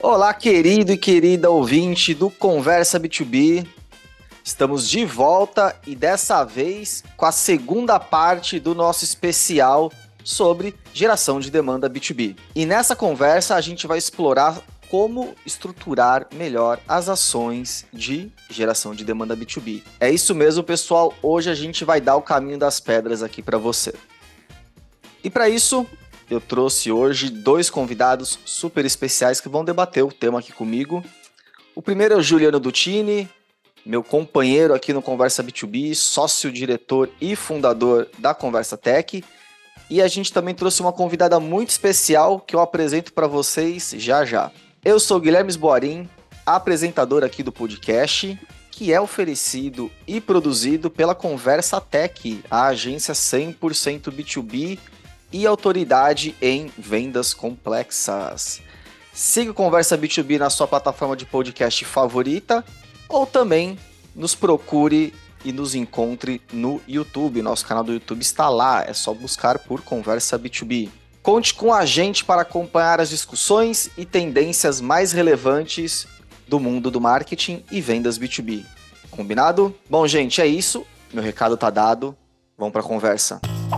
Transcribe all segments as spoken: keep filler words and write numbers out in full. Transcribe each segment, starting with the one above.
Olá, querido e querida ouvinte do Conversa B dois B. Estamos de volta e dessa vez com a segunda parte do nosso especial sobre geração de demanda B dois B. E nessa conversa a gente vai explorar como estruturar melhor as ações de geração de demanda B dois B. É isso mesmo, pessoal. Hoje a gente vai dar o caminho das pedras aqui para você. E para isso, eu trouxe hoje dois convidados super especiais que vão debater o tema aqui comigo. O primeiro é o Juliano Dutini, meu companheiro aqui no Conversa B dois B, sócio-diretor e fundador da Conversa Tech. E a gente também trouxe uma convidada muito especial que eu apresento para vocês já já. Eu sou Guilherme Sboarin, apresentador aqui do podcast, que é oferecido e produzido pela Conversa Tech, a agência cem por cento B dois B e autoridade em vendas complexas. Siga o Conversa B dois B na sua plataforma de podcast favorita ou também nos procure e nos encontre no YouTube. Nosso canal do YouTube está lá, é só buscar por Conversa B dois B. Conte com a gente para acompanhar as discussões e tendências mais relevantes do mundo do marketing e vendas B dois B. Combinado? Bom, gente, é isso. Meu recado tá dado. Vamos para a conversa.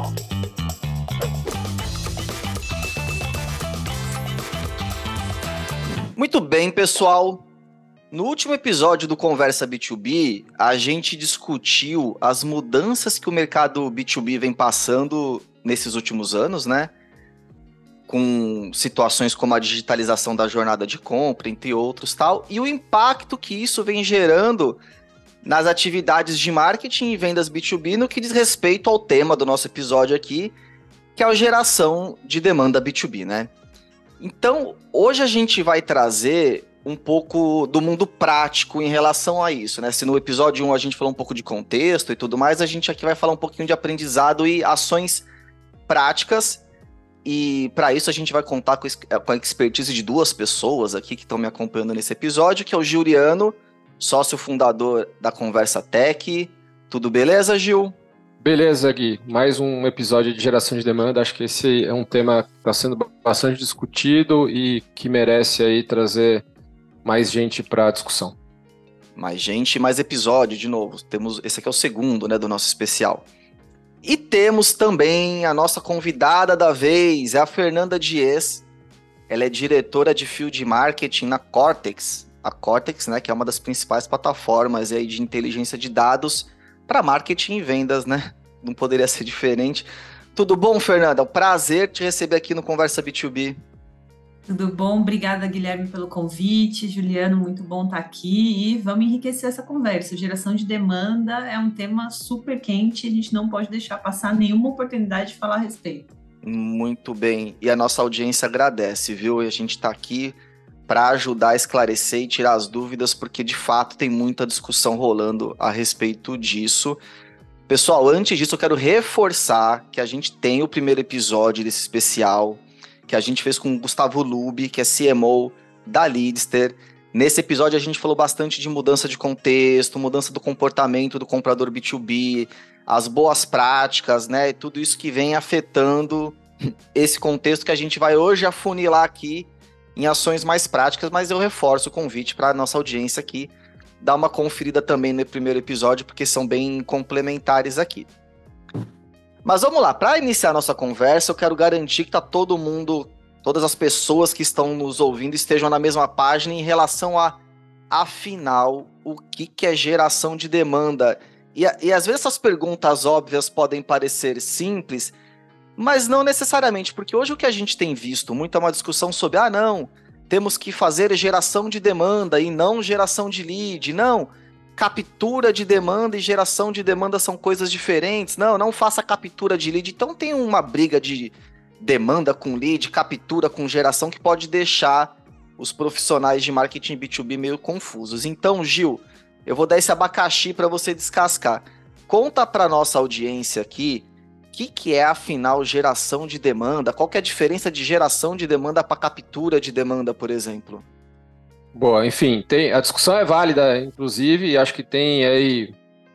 Muito bem, pessoal. No último episódio do Conversa B dois B, a gente discutiu as mudanças que o mercado B dois B vem passando nesses últimos anos, né? Com situações como a digitalização da jornada de compra, entre outros, tal, e o impacto que isso vem gerando nas atividades de marketing e vendas B dois B no que diz respeito ao tema do nosso episódio aqui, que é a geração de demanda B dois B, né? Então, hoje a gente vai trazer um pouco do mundo prático em relação a isso, né? Se no episódio um a gente falou um pouco de contexto e tudo mais, a gente aqui vai falar um pouquinho de aprendizado e ações práticas. E para isso a gente vai contar com a expertise de duas pessoas aqui que estão me acompanhando nesse episódio, que é o Juliano, sócio fundador da Conversa Tech. Tudo beleza, Gil? Beleza, Gui. Mais um episódio de geração de demanda. Acho que esse é um tema que está sendo bastante discutido e que merece aí trazer mais gente para a discussão. Mais gente, mais episódio, de novo. Temos, esse aqui é o segundo, né, do nosso especial. E temos também a nossa convidada da vez, é a Fernanda Dias. Ela é diretora de Field Marketing na Cortex. A Cortex, né, que é uma das principais plataformas aí de inteligência de dados para marketing e vendas, né? Não poderia ser diferente. Tudo bom, Fernanda? É um prazer te receber aqui no Conversa B dois B. Tudo bom? Obrigada, Guilherme, pelo convite. Juliano, muito bom estar aqui e vamos enriquecer essa conversa. Geração de demanda é um tema super quente, a gente não pode deixar passar nenhuma oportunidade de falar a respeito. Muito bem. E a nossa audiência agradece, viu? E a gente está aqui para ajudar a esclarecer e tirar as dúvidas, porque de fato tem muita discussão rolando a respeito disso. Pessoal, antes disso eu quero reforçar que a gente tem o primeiro episódio desse especial, que a gente fez com o Gustavo Lubi, que é C M O da Leadster. Nesse episódio a gente falou bastante de mudança de contexto, mudança do comportamento do comprador B dois B, as boas práticas, né? Tudo isso que vem afetando esse contexto que a gente vai hoje afunilar aqui em ações mais práticas, mas eu reforço o convite para a nossa audiência aqui dar uma conferida também no primeiro episódio, porque são bem complementares aqui. Mas vamos lá, para iniciar a nossa conversa, eu quero garantir que tá todo mundo, todas as pessoas que estão nos ouvindo estejam na mesma página em relação a, afinal, o que, que é geração de demanda. E, e às vezes essas perguntas óbvias podem parecer simples, mas não necessariamente, porque hoje o que a gente tem visto muito é uma discussão sobre, ah, não, temos que fazer geração de demanda e não geração de lead. Não, captura de demanda e geração de demanda são coisas diferentes. Não, não faça captura de lead. Então tem uma briga de demanda com lead, captura com geração, que pode deixar os profissionais de marketing B dois B meio confusos. Então, Gil, eu vou dar esse abacaxi para você descascar. Conta para nossa audiência aqui o que, que é, afinal, geração de demanda? Qual que é a diferença de geração de demanda para captura de demanda, por exemplo? Boa, enfim, tem, a discussão é válida, inclusive, e acho que tem aí,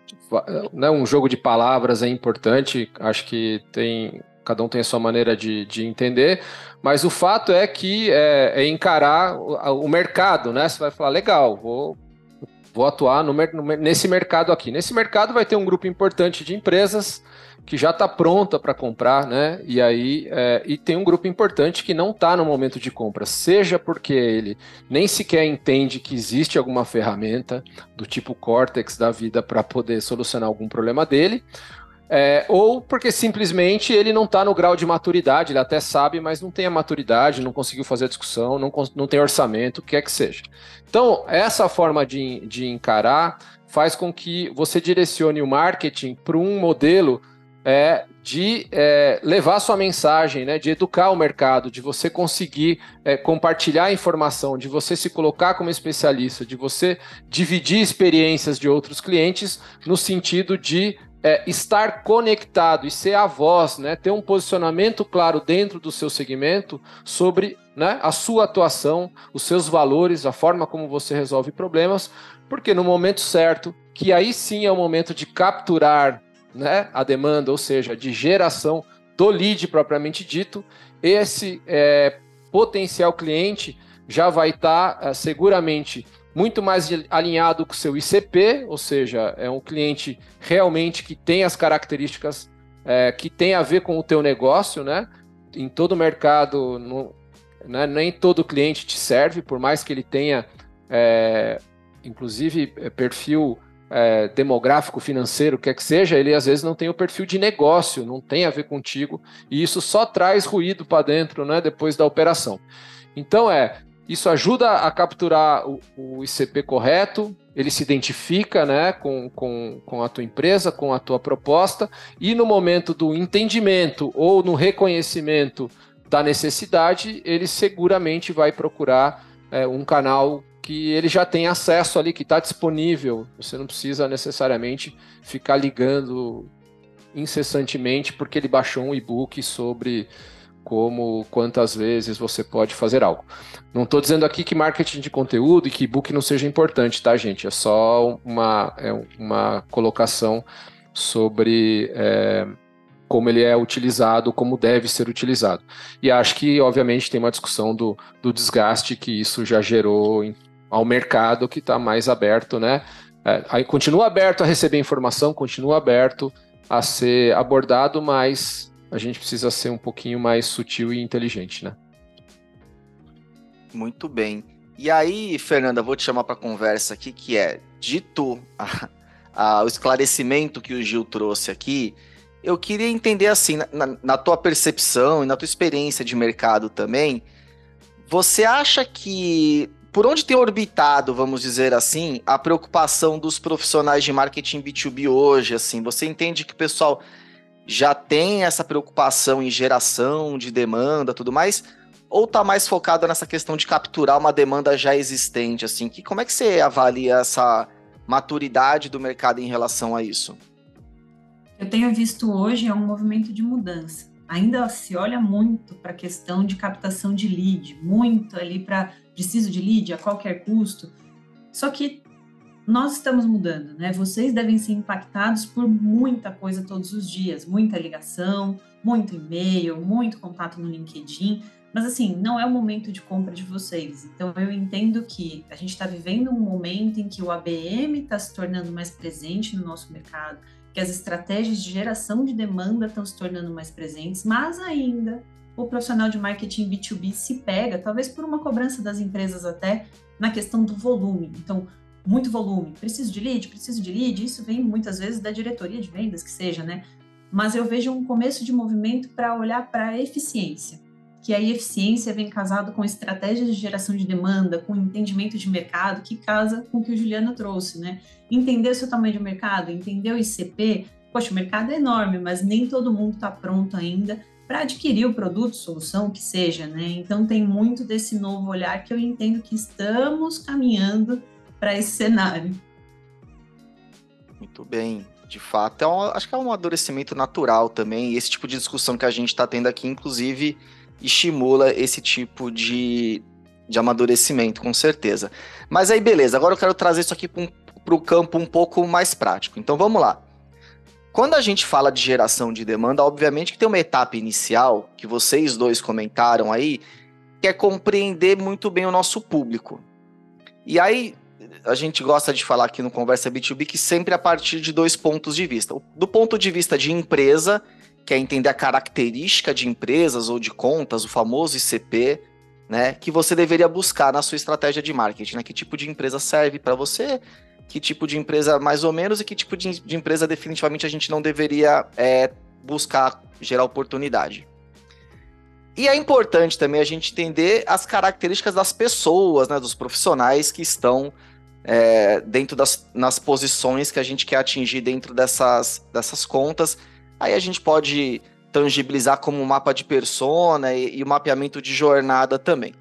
né, um jogo de palavras é importante, acho que tem, cada um tem a sua maneira de, de entender, Mas o fato é que é, é encarar o, o mercado, né? Você vai falar, legal, vou, vou atuar no, no, nesse mercado aqui. Nesse mercado vai ter um grupo importante de empresas que já está pronta para comprar, né? E aí é, e tem um grupo importante que não está no momento de compra, seja porque ele nem sequer entende que existe alguma ferramenta do tipo Cortex da vida para poder solucionar algum problema dele, é, ou porque simplesmente ele não está no grau de maturidade, ele até sabe, mas não tem a maturidade, não conseguiu fazer a discussão, não, não tem orçamento, o que é que seja. Então, essa forma de, de encarar faz com que você direcione o marketing para um modelo É, de é, levar sua mensagem, né, de educar o mercado, de você conseguir é, compartilhar informação, de você se colocar como especialista, de você dividir experiências de outros clientes no sentido de é, estar conectado e ser a voz, né, ter um posicionamento claro dentro do seu segmento sobre, né, a sua atuação, os seus valores, a forma como você resolve problemas, porque no momento certo, que aí sim é o momento de capturar, né, a demanda, ou seja, de geração do lead propriamente dito, esse é, potencial cliente já vai estar tá, seguramente muito mais alinhado com o seu I C P, ou seja, é um cliente realmente que tem as características é, que tem a ver com o teu negócio, né? Em todo mercado, no, né, nem todo cliente te serve, por mais que ele tenha, é, inclusive, perfil É, demográfico, financeiro, quer que seja, ele às vezes não tem o perfil de negócio, não tem a ver contigo, e isso só traz ruído para dentro, né, depois da operação. Então, é, isso ajuda a capturar o, o I C P correto, ele se identifica, né, com, com, com a tua empresa, com a tua proposta, e no momento do entendimento ou no reconhecimento da necessidade, ele seguramente vai procurar é, um canal que ele já tem acesso ali, que está disponível. Você não precisa necessariamente ficar ligando incessantemente porque ele baixou um e-book sobre como, quantas vezes você pode fazer algo. Não estou dizendo aqui que marketing de conteúdo e que e-book não seja importante, tá, gente? É só uma, é uma colocação sobre é, como ele é utilizado, como deve ser utilizado. E acho que, obviamente, tem uma discussão do, do desgaste que isso já gerou em ao mercado que está mais aberto, né? É, aí continua aberto a receber informação, continua aberto a ser abordado, mas a gente precisa ser um pouquinho mais sutil e inteligente, né? Muito bem. E aí, Fernanda, vou te chamar para conversa aqui, que é, dito a, a, o esclarecimento que o Gil trouxe aqui, eu queria entender assim, na, na tua percepção e na tua experiência de mercado também, você acha que por onde tem orbitado, vamos dizer assim, a preocupação dos profissionais de marketing B dois B hoje? Assim, você entende que o pessoal já tem essa preocupação em geração de demanda, tudo mais, ou está mais focado nessa questão de capturar uma demanda já existente? Assim, que como é que você avalia essa maturidade do mercado em relação a isso? Eu tenho visto hoje é um movimento de mudança. Ainda se olha muito para a questão de captação de lead, muito ali para preciso de lead a qualquer custo. Só que nós estamos mudando, né? Vocês devem ser impactados por muita coisa todos os dias, muita ligação, muito e-mail, muito contato no LinkedIn, mas assim, não é o momento de compra de vocês. Então eu entendo que a gente está vivendo um momento em que o A B M está se tornando mais presente no nosso mercado, que as estratégias de geração de demanda estão se tornando mais presentes, mas ainda o profissional de marketing B dois B se pega, talvez por uma cobrança das empresas até, na questão do volume. Então, muito volume, preciso de lead, preciso de lead, isso vem muitas vezes da diretoria de vendas, que seja, né? Mas eu vejo um começo de movimento para olhar para a eficiência, que a eficiência vem casado com estratégias de geração de demanda, com entendimento de mercado, que casa com o que o Juliano trouxe, né? Entender o seu tamanho de mercado, entender o I C P, poxa, o mercado é enorme, mas nem todo mundo está pronto ainda para adquirir o produto, solução, que seja, né? Então tem muito desse novo olhar que eu entendo que estamos caminhando para esse cenário. Muito bem. De fato, é um, acho que é um amadurecimento natural também, e esse tipo de discussão que a gente está tendo aqui, inclusive, estimula esse tipo de, de amadurecimento, com certeza. Mas aí, beleza, agora eu quero trazer isso aqui para o campo um pouco mais prático. Então, vamos lá. Quando a gente fala de geração de demanda, obviamente que tem uma etapa inicial, que vocês dois comentaram aí, que é compreender muito bem o nosso público. E aí, a gente gosta de falar aqui no Conversa B dois B que sempre a partir de dois pontos de vista. Do ponto de vista de empresa, que é entender a característica de empresas ou de contas, o famoso I C P, né, que você deveria buscar na sua estratégia de marketing, né? Que tipo de empresa serve para você, que tipo de empresa mais ou menos e que tipo de, de empresa definitivamente a gente não deveria é, buscar gerar oportunidade. E é importante também a gente entender as características das pessoas, né, dos profissionais que estão é, dentro das nas posições que a gente quer atingir dentro dessas, dessas contas. Aí a gente pode tangibilizar como um mapa de persona e, e o mapeamento de jornada também.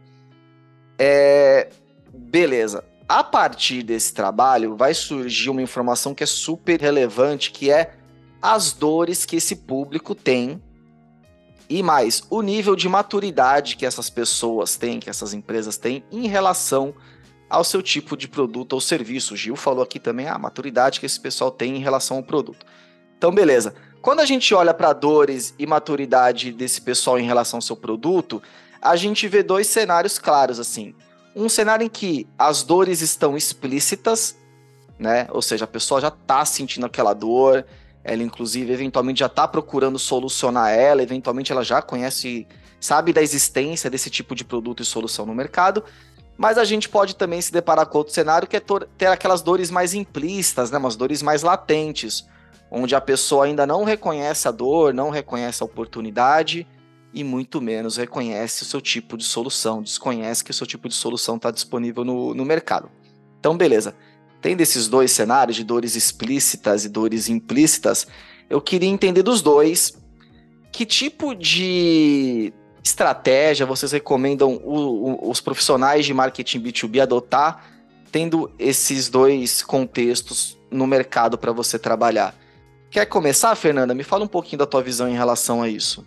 É, beleza. A partir desse trabalho vai surgir uma informação que é super relevante, que é as dores que esse público tem e mais, o nível de maturidade que essas pessoas têm, que essas empresas têm em relação ao seu tipo de produto ou serviço. O Gil falou aqui também a maturidade que esse pessoal tem em relação ao produto. Então, beleza. Quando a gente olha para dores e maturidade desse pessoal em relação ao seu produto, a gente vê dois cenários claros, assim. Um cenário em que as dores estão explícitas, né? Ou seja, a pessoa já está sentindo aquela dor, ela inclusive eventualmente já está procurando solucionar ela, eventualmente ela já conhece, sabe da existência desse tipo de produto e solução no mercado, mas a gente pode também se deparar com outro cenário que é ter aquelas dores mais implícitas, né? Umas dores mais latentes, onde a pessoa ainda não reconhece a dor, não reconhece a oportunidade, e muito menos reconhece o seu tipo de solução, desconhece que o seu tipo de solução está disponível no, no mercado. Então, beleza. Tendo esses dois cenários de dores explícitas e dores implícitas, eu queria entender dos dois que tipo de estratégia vocês recomendam o, o, os profissionais de marketing B dois B adotar, tendo esses dois contextos no mercado para você trabalhar. Quer começar, Fernanda? Me fala um pouquinho da tua visão em relação a isso.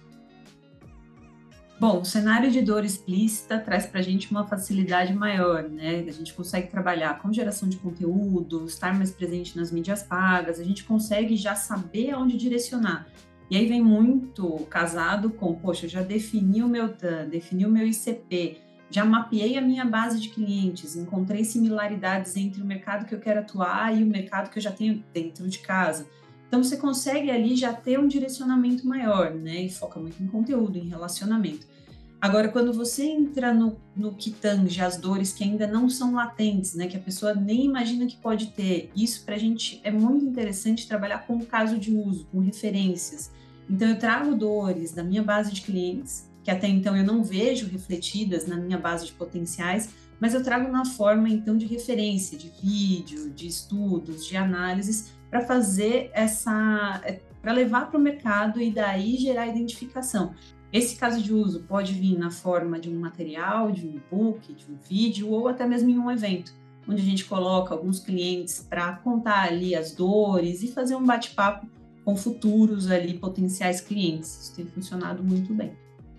Bom, o cenário de dor explícita traz para a gente uma facilidade maior, né? A gente consegue trabalhar com geração de conteúdo, estar mais presente nas mídias pagas, a gente consegue já saber aonde direcionar. E aí vem muito casado com, poxa, eu já defini o meu T A M, defini o meu I C P, já mapeei a minha base de clientes, encontrei similaridades entre o mercado que eu quero atuar e o mercado que eu já tenho dentro de casa. Então, você consegue ali já ter um direcionamento maior, né? E foca muito em conteúdo, em relacionamento. Agora, quando você entra no, no que tange as dores que ainda não são latentes, né? Que a pessoa nem imagina que pode ter, isso para a gente é muito interessante trabalhar com o caso de uso, com referências. Então, eu trago dores da minha base de clientes, que até então eu não vejo refletidas na minha base de potenciais, mas eu trago na forma, então, de referência, de vídeo, de estudos, de análises, para fazer essa, para levar para o mercado e daí gerar identificação. Esse caso de uso pode vir na forma de um material, de um e-book, de um vídeo ou até mesmo em um evento, onde a gente coloca alguns clientes para contar ali as dores e fazer um bate-papo com futuros ali potenciais clientes. Isso tem funcionado muito bem.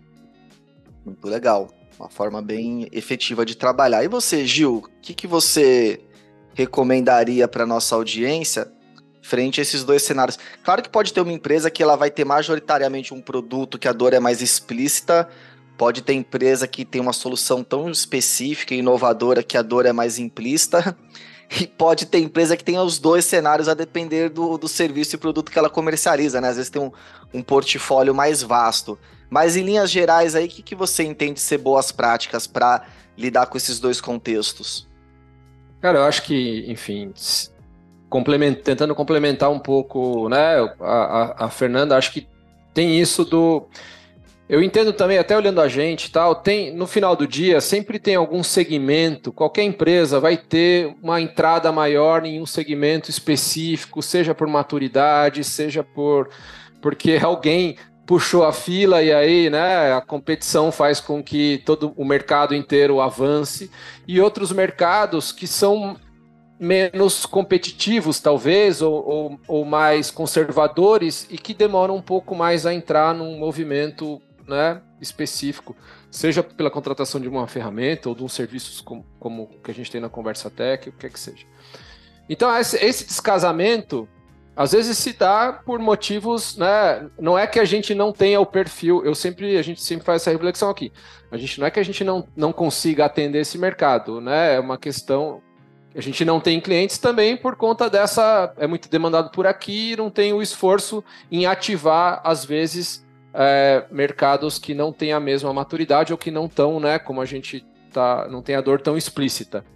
Muito legal, uma forma bem efetiva de trabalhar. E você, Gil, o que, que você recomendaria para nossa audiência frente a esses dois cenários? Claro que pode ter uma empresa que ela vai ter majoritariamente um produto que a dor é mais explícita, pode ter empresa que tem uma solução tão específica e inovadora que a dor é mais implícita, e pode ter empresa que tem os dois cenários a depender do, do serviço e produto que ela comercializa, né? Às vezes tem um, um portfólio mais vasto. Mas em linhas gerais aí, o que, que você entende ser boas práticas para lidar com esses dois contextos? Cara, eu acho que, enfim, complement, tentando complementar um pouco, né, a, a, a Fernanda, acho que tem isso do... Eu entendo também, até olhando a gente e tal, tem, no final do dia, sempre tem algum segmento, qualquer empresa vai ter uma entrada maior em um segmento específico, seja por maturidade, seja por porque alguém puxou a fila e aí, né, a competição faz com que todo o mercado inteiro avance, e outros mercados que são menos competitivos, talvez, ou, ou, ou mais conservadores e que demoram um pouco mais a entrar num movimento, né, específico, seja pela contratação de uma ferramenta ou de um serviço como, como que a gente tem na Conversa Tech, o que é que seja. Então, esse, esse descasamento Às vezes se dá por motivos, né? Não é que a gente não tenha o perfil, eu sempre, a gente sempre faz essa reflexão aqui. A gente não é que a gente não, não consiga atender esse mercado, né? É uma questão. A gente não tem clientes também por conta dessa. É muito demandado por aqui, não tem o esforço em ativar, às vezes, é, mercados que não têm a mesma maturidade ou que não estão, né? Como a gente tá, não tem a dor tão explícita.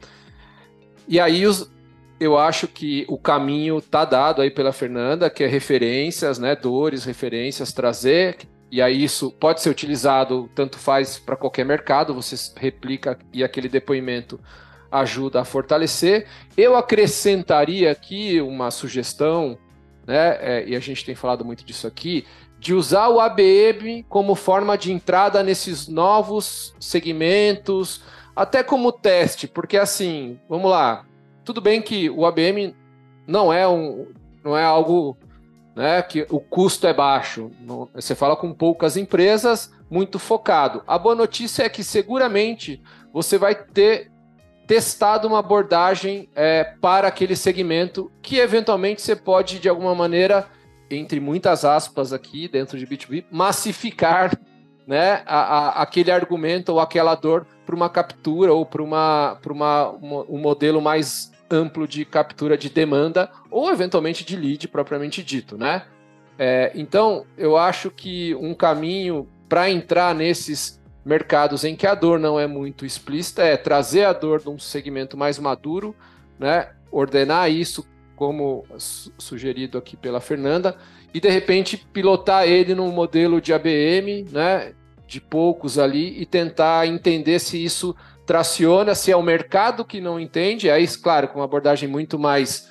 E aí os. Eu acho que o caminho está dado aí pela Fernanda, que é referências, né, dores, referências, trazer, e aí isso pode ser utilizado, tanto faz para qualquer mercado, você replica e aquele depoimento ajuda a fortalecer. Eu acrescentaria aqui uma sugestão, né, é, e a gente tem falado muito disso aqui, de usar o A B M como forma de entrada nesses novos segmentos, até como teste, porque assim, vamos lá, tudo bem que o A B M não é, um, não é algo, né, que o custo é baixo. Não, você fala com poucas empresas, muito focado. A boa notícia é que seguramente você vai ter testado uma abordagem é, para aquele segmento que eventualmente você pode, de alguma maneira, entre muitas aspas aqui dentro de B dois B, massificar, né, a, a, aquele argumento ou aquela dor para uma captura ou para uma, para uma, uma, um modelo mais amplo de captura de demanda ou eventualmente de lead propriamente dito, né? É, então, eu acho que um caminho para entrar nesses mercados em que a dor não é muito explícita é trazer a dor de um segmento mais maduro, né? Ordenar isso como sugerido aqui pela Fernanda e de repente pilotar ele num modelo de A B M, né? De poucos ali e tentar entender se isso traciona, se é o mercado que não entende, aí, claro, com uma abordagem muito mais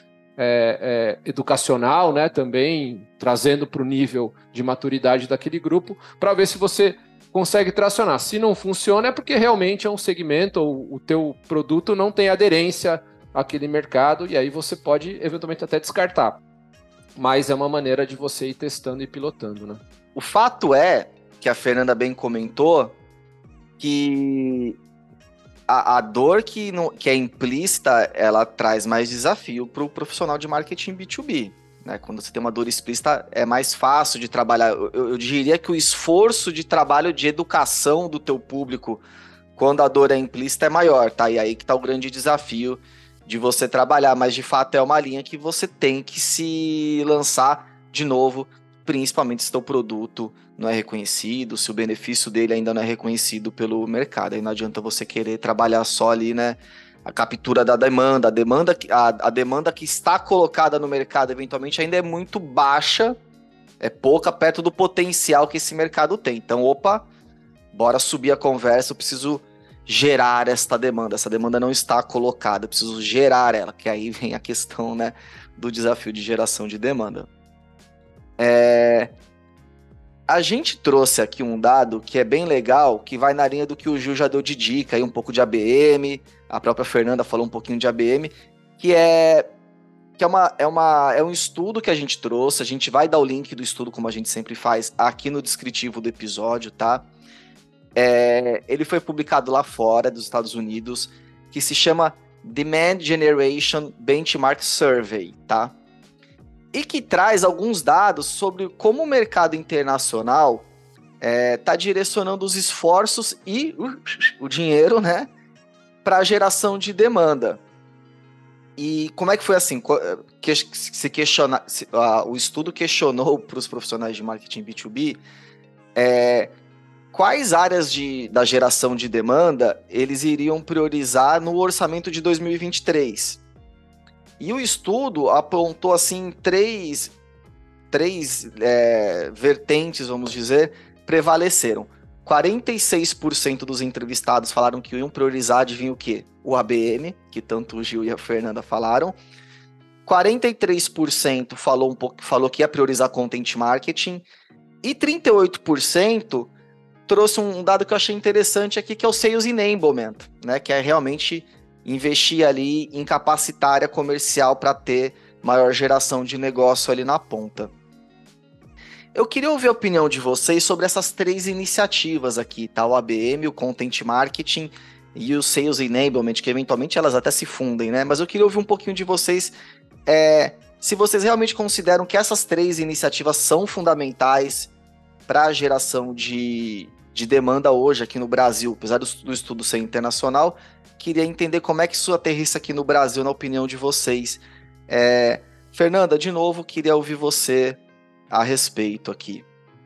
é, é, educacional, né, também trazendo para o nível de maturidade daquele grupo, para ver se você consegue tracionar. Se não funciona, é porque realmente é um segmento ou o teu produto não tem aderência àquele mercado, e aí você pode, eventualmente, até descartar. Mas é uma maneira de você ir testando e pilotando, né? O fato é, que a Fernanda bem comentou, que A, a dor que, não, que é implícita, ela traz mais desafio para o profissional de marketing B dois B. Né? Quando você tem uma dor explícita, é mais fácil de trabalhar. Eu, eu diria que o esforço de trabalho de educação do teu público, quando a dor é implícita, é maior, tá? E aí que tá o grande desafio de você trabalhar. Mas, de fato, é uma linha que você tem que se lançar de novo, principalmente se o teu produto não é reconhecido, se o benefício dele ainda não é reconhecido pelo mercado. Aí não adianta você querer trabalhar só ali, né, a captura da demanda. A demanda, a, a demanda que está colocada no mercado, eventualmente, ainda é muito baixa, é pouca perto do potencial que esse mercado tem. Então, opa, bora subir a conversa, eu preciso gerar esta demanda. Essa demanda não está colocada, eu preciso gerar ela, que aí vem a questão, né, do desafio de geração de demanda. É... A gente trouxe aqui um dado que é bem legal, que vai na linha do que o Gil já deu de dica, aí um pouco de A B M, a própria Fernanda falou um pouquinho de A B M, que é, que é, uma, é, uma, é um estudo que a gente trouxe, a gente vai dar o link do estudo, como a gente sempre faz, aqui no descritivo do episódio, tá? É, ele foi publicado lá fora, dos Estados Unidos, que se chama Demand Generation Benchmark Survey, tá? E que traz alguns dados sobre como o mercado internacional está é, direcionando os esforços e uh, o dinheiro, né, para a geração de demanda. E como é que foi assim? Que, se questiona, se, uh, o estudo questionou para os profissionais de marketing B dois B é, quais áreas de, da geração de demanda eles iriam priorizar no orçamento de dois mil e vinte e três. E o estudo apontou assim três, três é, vertentes, vamos dizer, prevaleceram. quarenta e seis por cento dos entrevistados falaram que iam priorizar, adivinha o quê? O A B M, que tanto o Gil e a Fernanda falaram. quarenta e três por cento falou, um pouco, falou que ia priorizar content marketing. E trinta e oito por cento trouxe um dado que eu achei interessante aqui, que é o Sales Enablement, né? Que é realmente investir ali em capacitar a área comercial para ter maior geração de negócio ali na ponta. Eu queria ouvir a opinião de vocês sobre essas três iniciativas aqui, tá? O A B M, o Content Marketing e o Sales Enablement, que eventualmente elas até se fundem, né? Mas eu queria ouvir um pouquinho de vocês, é, se vocês realmente consideram que essas três iniciativas são fundamentais para a geração de, de demanda hoje aqui no Brasil, apesar do, do estudo ser internacional, queria entender como é que isso aterrissa aqui no Brasil, na opinião de vocês. É, Fernanda, de novo, queria ouvir você a respeito aqui.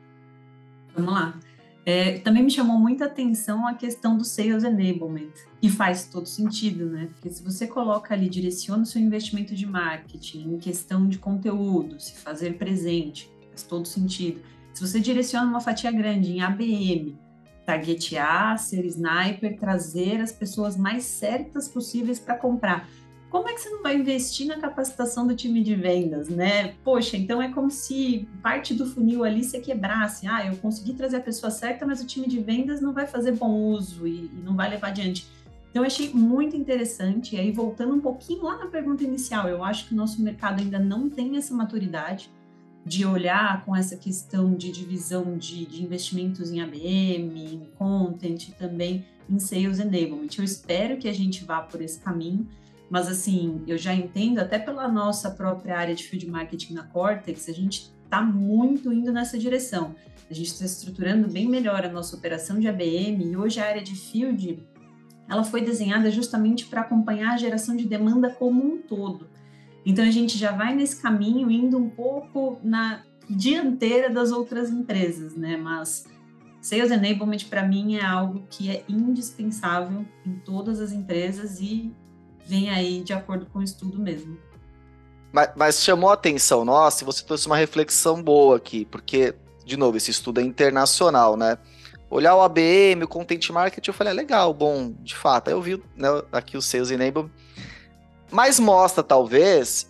Vamos lá. É, também me chamou muita atenção a questão do Sales Enablement, e faz todo sentido, né? Porque se você coloca ali, direciona o seu investimento de marketing em questão de conteúdo, se fazer presente, faz todo sentido. Se você direciona uma fatia grande em A B M, targetear, ser sniper, trazer as pessoas mais certas possíveis para comprar, como é que você não vai investir na capacitação do time de vendas, né? Poxa, então é como se parte do funil ali se quebrasse. Ah, eu consegui trazer a pessoa certa, mas o time de vendas não vai fazer bom uso e, e não vai levar adiante. Então, eu achei muito interessante. E aí, voltando um pouquinho lá na pergunta inicial, eu acho que o nosso mercado ainda não tem essa maturidade de olhar com essa questão de divisão de, de investimentos em A B M, em content e também em Sales Enablement. Eu espero que a gente vá por esse caminho. Mas, assim, eu já entendo, até pela nossa própria área de Field Marketing na Cortex, a gente está muito indo nessa direção. A gente está estruturando bem melhor a nossa operação de A B M e hoje a área de Field, ela foi desenhada justamente para acompanhar a geração de demanda como um todo. Então, a gente já vai nesse caminho, indo um pouco na dianteira das outras empresas, né? Mas Sales Enablement, para mim, é algo que é indispensável em todas as empresas e vem aí de acordo com o estudo mesmo. Mas, mas chamou a atenção nossa e você trouxe uma reflexão boa aqui, porque, de novo, esse estudo é internacional, né? Olhar o A B M, o Content Marketing, eu falei, é legal, bom, de fato. Aí eu vi, né, aqui o Sales Enablement, mas mostra, talvez,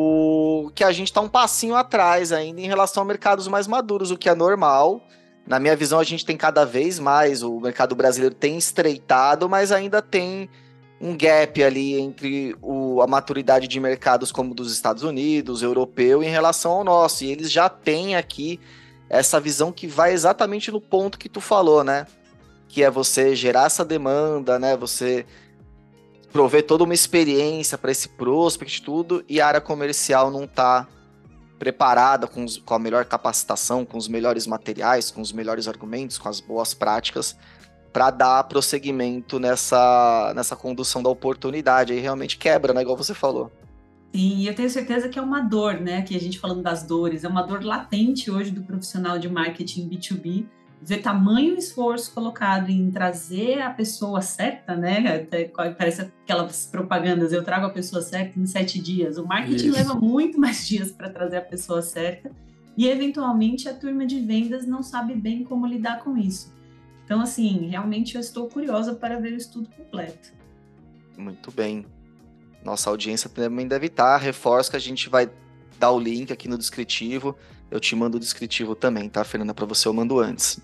o que a gente está um passinho atrás ainda em relação a mercados mais maduros, o que é normal. Na minha visão, a gente tem cada vez mais, o mercado brasileiro tem estreitado, mas ainda tem um gap ali entre o, a maturidade de mercados como dos Estados Unidos, europeu, em relação ao nosso. E eles já têm aqui essa visão que vai exatamente no ponto que tu falou, né? Que é você gerar essa demanda, né? Você prover toda uma experiência para esse prospect, tudo, e a área comercial não está preparada com, os, com a melhor capacitação, com os melhores materiais, com os melhores argumentos, com as boas práticas, para dar prosseguimento nessa, nessa condução da oportunidade. Aí realmente quebra, né? Igual você falou. Sim, e eu tenho certeza que é uma dor, né? Que a gente falando das dores, é uma dor latente hoje do profissional de marketing B dois B, ver tamanho esforço colocado em trazer a pessoa certa, né? Até, parece aquelas propagandas, eu trago a pessoa certa em sete dias. O marketing Isso. leva muito mais dias para trazer a pessoa certa e, eventualmente, a turma de vendas não sabe bem como lidar com isso. Então, assim, realmente eu estou curiosa para ver o estudo completo. Muito bem. Nossa audiência também deve estar. Reforço que a gente vai dar o link aqui no descritivo. Eu te mando o descritivo também, tá, Fernanda? Para você eu mando antes.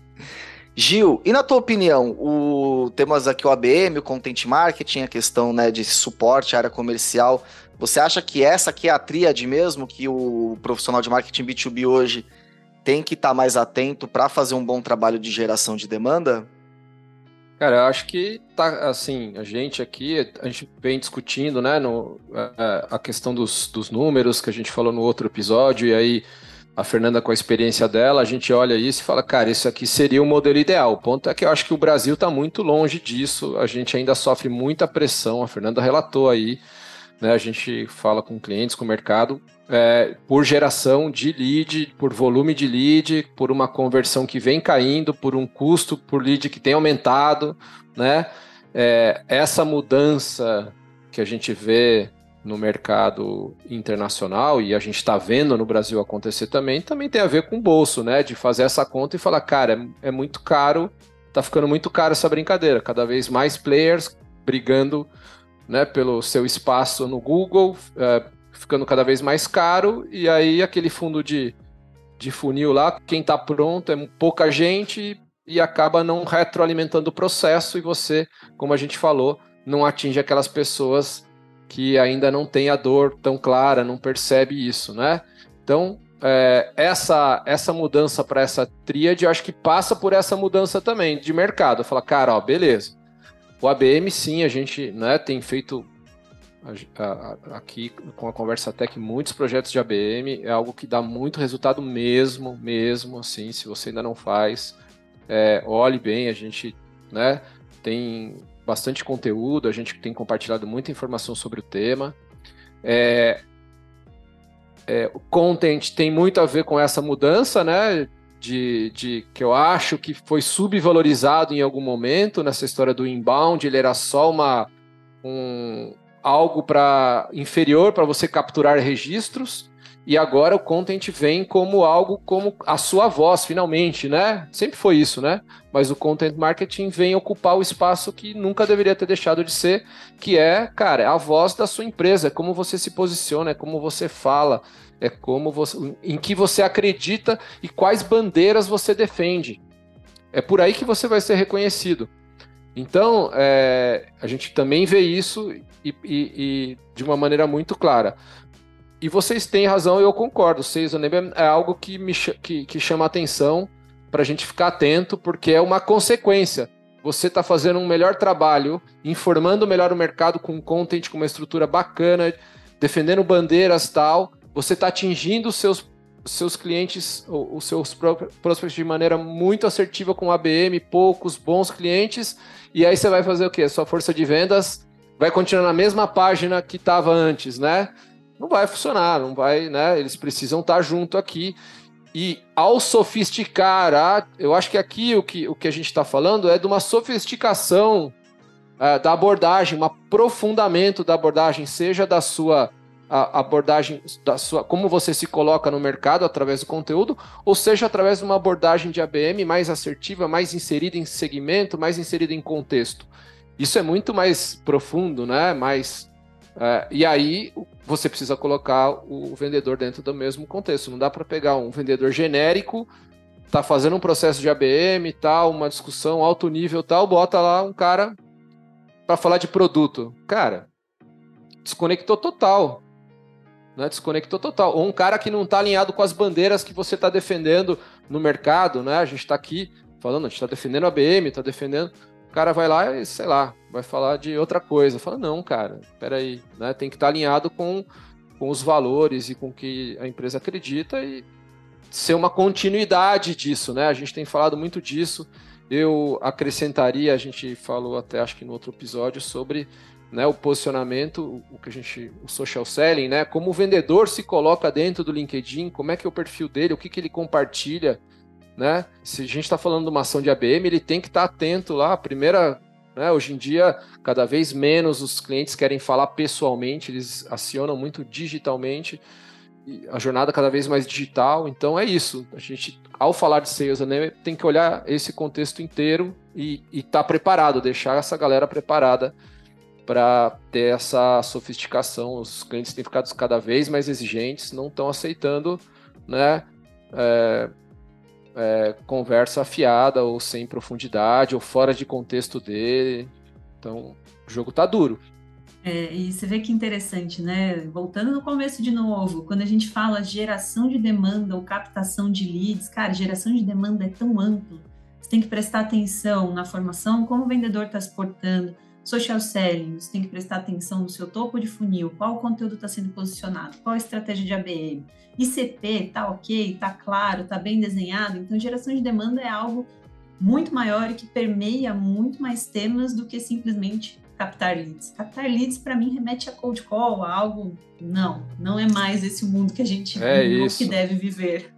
Gil, e na tua opinião, o... temos aqui o A B M, o Content Marketing, a questão, né, de suporte à área comercial. Você acha que essa aqui é a tríade mesmo, que o profissional de marketing B dois B hoje tem que estar tá mais atento para fazer um bom trabalho de geração de demanda? Cara, eu acho que tá assim, a gente aqui, a gente vem discutindo, né, no, a, a questão dos, dos números que a gente falou no outro episódio, e aí a Fernanda com a experiência dela, a gente olha isso e fala, cara, isso aqui seria o modelo ideal. O ponto é que eu acho que o Brasil está muito longe disso, a gente ainda sofre muita pressão, a Fernanda relatou aí, né, a gente fala com clientes, com o mercado, É, por geração de lead, por volume de lead, por uma conversão que vem caindo, por um custo por lead que tem aumentado, né? É, essa mudança que a gente vê no mercado internacional e a gente está vendo no Brasil acontecer também, também tem a ver com o bolso, né? De fazer essa conta e falar, cara, é, é muito caro, tá ficando muito caro essa brincadeira, cada vez mais players brigando, né, pelo seu espaço no Google, é, ficando cada vez mais caro, e aí aquele fundo de, de funil lá, quem está pronto é pouca gente e acaba não retroalimentando o processo, e você, como a gente falou, não atinge aquelas pessoas que ainda não têm a dor tão clara, não percebe isso, né? Então, é, essa, essa mudança para essa tríade, eu acho que passa por essa mudança também de mercado. Fala, cara, ó, beleza, o A B M sim, a gente, né, tem feito a, a, aqui com a Conversa Tech, muitos projetos de A B M, é algo que dá muito resultado mesmo, mesmo, assim, se você ainda não faz, é, olhe bem, a gente, né, tem bastante conteúdo, a gente tem compartilhado muita informação sobre o tema. É, é, o content tem muito a ver com essa mudança, né, de, de que eu acho que foi subvalorizado em algum momento nessa história do inbound, ele era só uma um, algo para inferior para você capturar registros, e agora o content vem como algo como a sua voz, finalmente, né? Sempre foi isso, né? Mas o content marketing vem ocupar o espaço que nunca deveria ter deixado de ser, que é, cara, é a voz da sua empresa, é como você se posiciona, é como você fala, é como você, em que você acredita e quais bandeiras você defende. É por aí que você vai ser reconhecido. Então, é, a gente também vê isso e, e, e de uma maneira muito clara. E vocês têm razão, eu concordo. Sales Enablement é algo que, me, que, que chama a atenção para a gente ficar atento, porque é uma consequência. Você está fazendo um melhor trabalho, informando melhor o mercado com content, com uma estrutura bacana, defendendo bandeiras e tal. Você está atingindo os seus, seus clientes, os seus prospects de maneira muito assertiva com A B M, poucos bons clientes. E aí você vai fazer o quê? Sua força de vendas vai continuar na mesma página que estava antes, né? Não vai funcionar, não vai, né? Eles precisam estar junto aqui. E ao sofisticar, a, eu acho que aqui o que, o que a gente está falando é de uma sofisticação uh, da abordagem, um aprofundamento da abordagem, seja da sua a, abordagem, da sua, como você se coloca no mercado através do conteúdo, ou seja, através de uma abordagem de A B M mais assertiva, mais inserida em segmento, mais inserida em contexto. Isso é muito mais profundo, né? Mais, uh, e aí você precisa colocar o vendedor dentro do mesmo contexto. Não dá para pegar um vendedor genérico, tá fazendo um processo de A B M e tal, uma discussão alto nível tal, bota lá um cara para falar de produto. Cara, desconectou total. Né? Desconectou total. Ou um cara que não está alinhado com as bandeiras que você está defendendo no mercado, né? A gente está aqui falando, a gente está defendendo a A B M, está defendendo... O cara vai lá e, sei lá, vai falar de outra coisa. Fala, não, cara, peraí, né? Tem que estar alinhado com, com os valores e com o que a empresa acredita e ser uma continuidade disso, né? A gente tem falado muito disso. Eu acrescentaria, a gente falou até, acho que no outro episódio, sobre, né, o posicionamento, o que a gente, o social selling, né? Como o vendedor se coloca dentro do LinkedIn, como é que é o perfil dele, o que, que ele compartilha, né? Se a gente está falando de uma ação de A B M, ele tem que estar atento lá. A primeira, né, hoje em dia, cada vez menos os clientes querem falar pessoalmente, eles acionam muito digitalmente, e a jornada cada vez mais digital. Então é isso. A gente, ao falar de sales, né, tem que olhar esse contexto inteiro e estar tá preparado, deixar essa galera preparada para ter essa sofisticação. Os clientes têm ficado cada vez mais exigentes, não estão aceitando, né? É, É, conversa afiada ou sem profundidade ou fora de contexto dele. Então, o jogo tá duro. É, e você vê que interessante, né? Voltando no começo de novo, quando a gente fala geração de demanda ou captação de leads, cara, geração de demanda é tão amplo. Você tem que prestar atenção na formação, como o vendedor está se portando, social selling, você tem que prestar atenção no seu topo de funil, qual o conteúdo está sendo posicionado, qual a estratégia de A B M, I C P tá ok, tá claro, tá bem desenhado. Então, geração de demanda é algo muito maior e que permeia muito mais temas do que simplesmente captar leads. Captar leads, para mim, remete a cold call, a algo... Não, não é mais esse o mundo que a gente é vive, isso. que deve viver.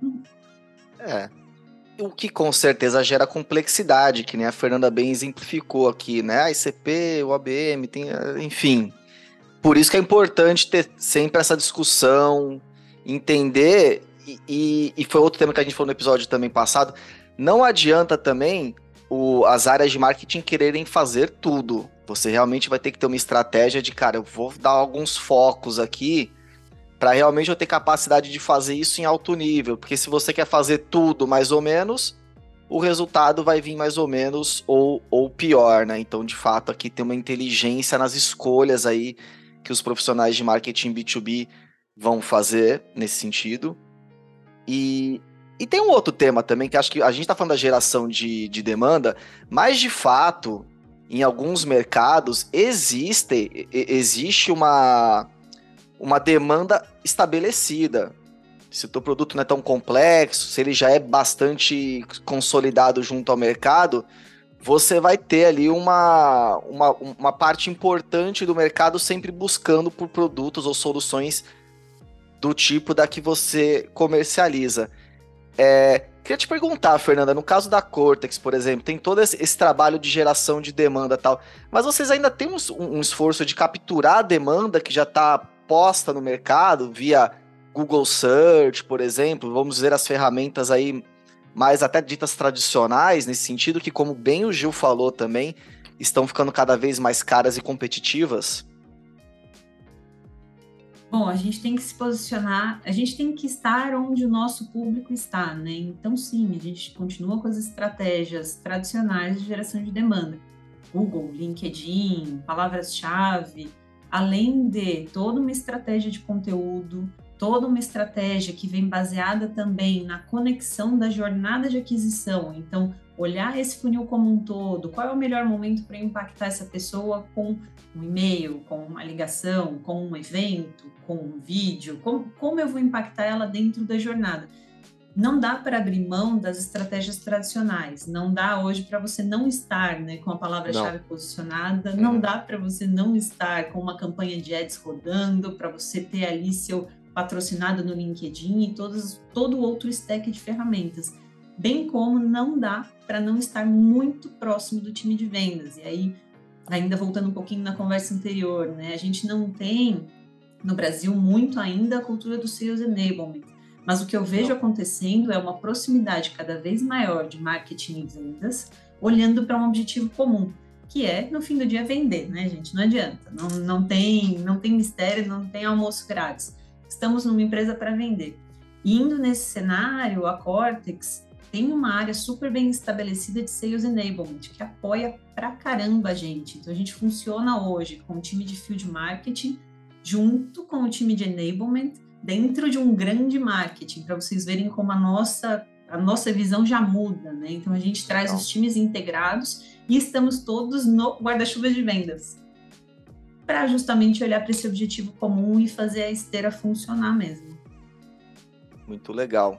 É. O que com certeza gera complexidade, que nem a Fernanda bem exemplificou aqui, né? A I C P, o A B M, tem, enfim. Por isso que é importante ter sempre essa discussão, entender, e, e, e foi outro tema que a gente falou no episódio também passado, não adianta também o, as áreas de marketing quererem fazer tudo. Você realmente vai ter que ter uma estratégia de, cara, eu vou dar alguns focos aqui, para realmente eu ter capacidade de fazer isso em alto nível, porque se você quer fazer tudo mais ou menos, o resultado vai vir mais ou menos ou, ou pior, né? Então, de fato, aqui tem uma inteligência nas escolhas aí que os profissionais de marketing B dois B vão fazer nesse sentido. E, e tem um outro tema também, que acho que a gente está falando da geração de, de demanda, mas de fato, em alguns mercados, existe, existe uma, uma demanda estabelecida. Se o teu produto não é tão complexo, se ele já é bastante consolidado junto ao mercado, você vai ter ali uma, uma, uma parte importante do mercado sempre buscando por produtos ou soluções do tipo da que você comercializa. É, queria te perguntar, Fernanda, no caso da Cortex, por exemplo, tem todo esse, esse trabalho de geração de demanda e tal, mas vocês ainda têm um, um esforço de capturar a demanda que já está posta no mercado via Google Search, por exemplo, vamos dizer, as ferramentas aí mais até ditas tradicionais, nesse sentido que, como bem o Gil falou também, estão ficando cada vez mais caras e competitivas? Bom, a gente tem que se posicionar, a gente tem que estar onde o nosso público está, né? Então, sim, a gente continua com as estratégias tradicionais de geração de demanda. Google, LinkedIn, palavras-chave, além de toda uma estratégia de conteúdo, toda uma estratégia que vem baseada também na conexão da jornada de aquisição. Então, olhar esse funil como um todo, qual é o melhor momento para impactar essa pessoa com um e-mail, com uma ligação, com um evento, com um vídeo, como, como eu vou impactar ela dentro da jornada. Não dá para abrir mão das estratégias tradicionais, não dá hoje para você não estar, né, com a palavra-chave posicionada, uhum. Não dá para você não estar com uma campanha de ads rodando, para você ter ali seu patrocinado no LinkedIn e todos, todo outro stack de ferramentas. Bem como não dá para não estar muito próximo do time de vendas. E aí, ainda voltando um pouquinho na conversa anterior, né, a gente não tem no Brasil muito ainda a cultura do Sales Enablement. Mas o que eu vejo acontecendo é uma proximidade cada vez maior de marketing e vendas, olhando para um objetivo comum, que é, no fim do dia, vender, né, gente? Não adianta, não, não, tem, não tem mistério, não tem almoço grátis. Estamos numa empresa para vender. E indo nesse cenário, a Cortex tem uma área super bem estabelecida de Sales Enablement, que apoia pra caramba a gente. Então, a gente funciona hoje com o time de Field Marketing, junto com o time de Enablement, dentro de um grande marketing, para vocês verem como a nossa, a nossa visão já muda, né? Então, a gente traz Legal. Os times integrados e estamos todos no guarda-chuva de vendas, para justamente olhar para esse objetivo comum e fazer a esteira funcionar mesmo. Muito legal.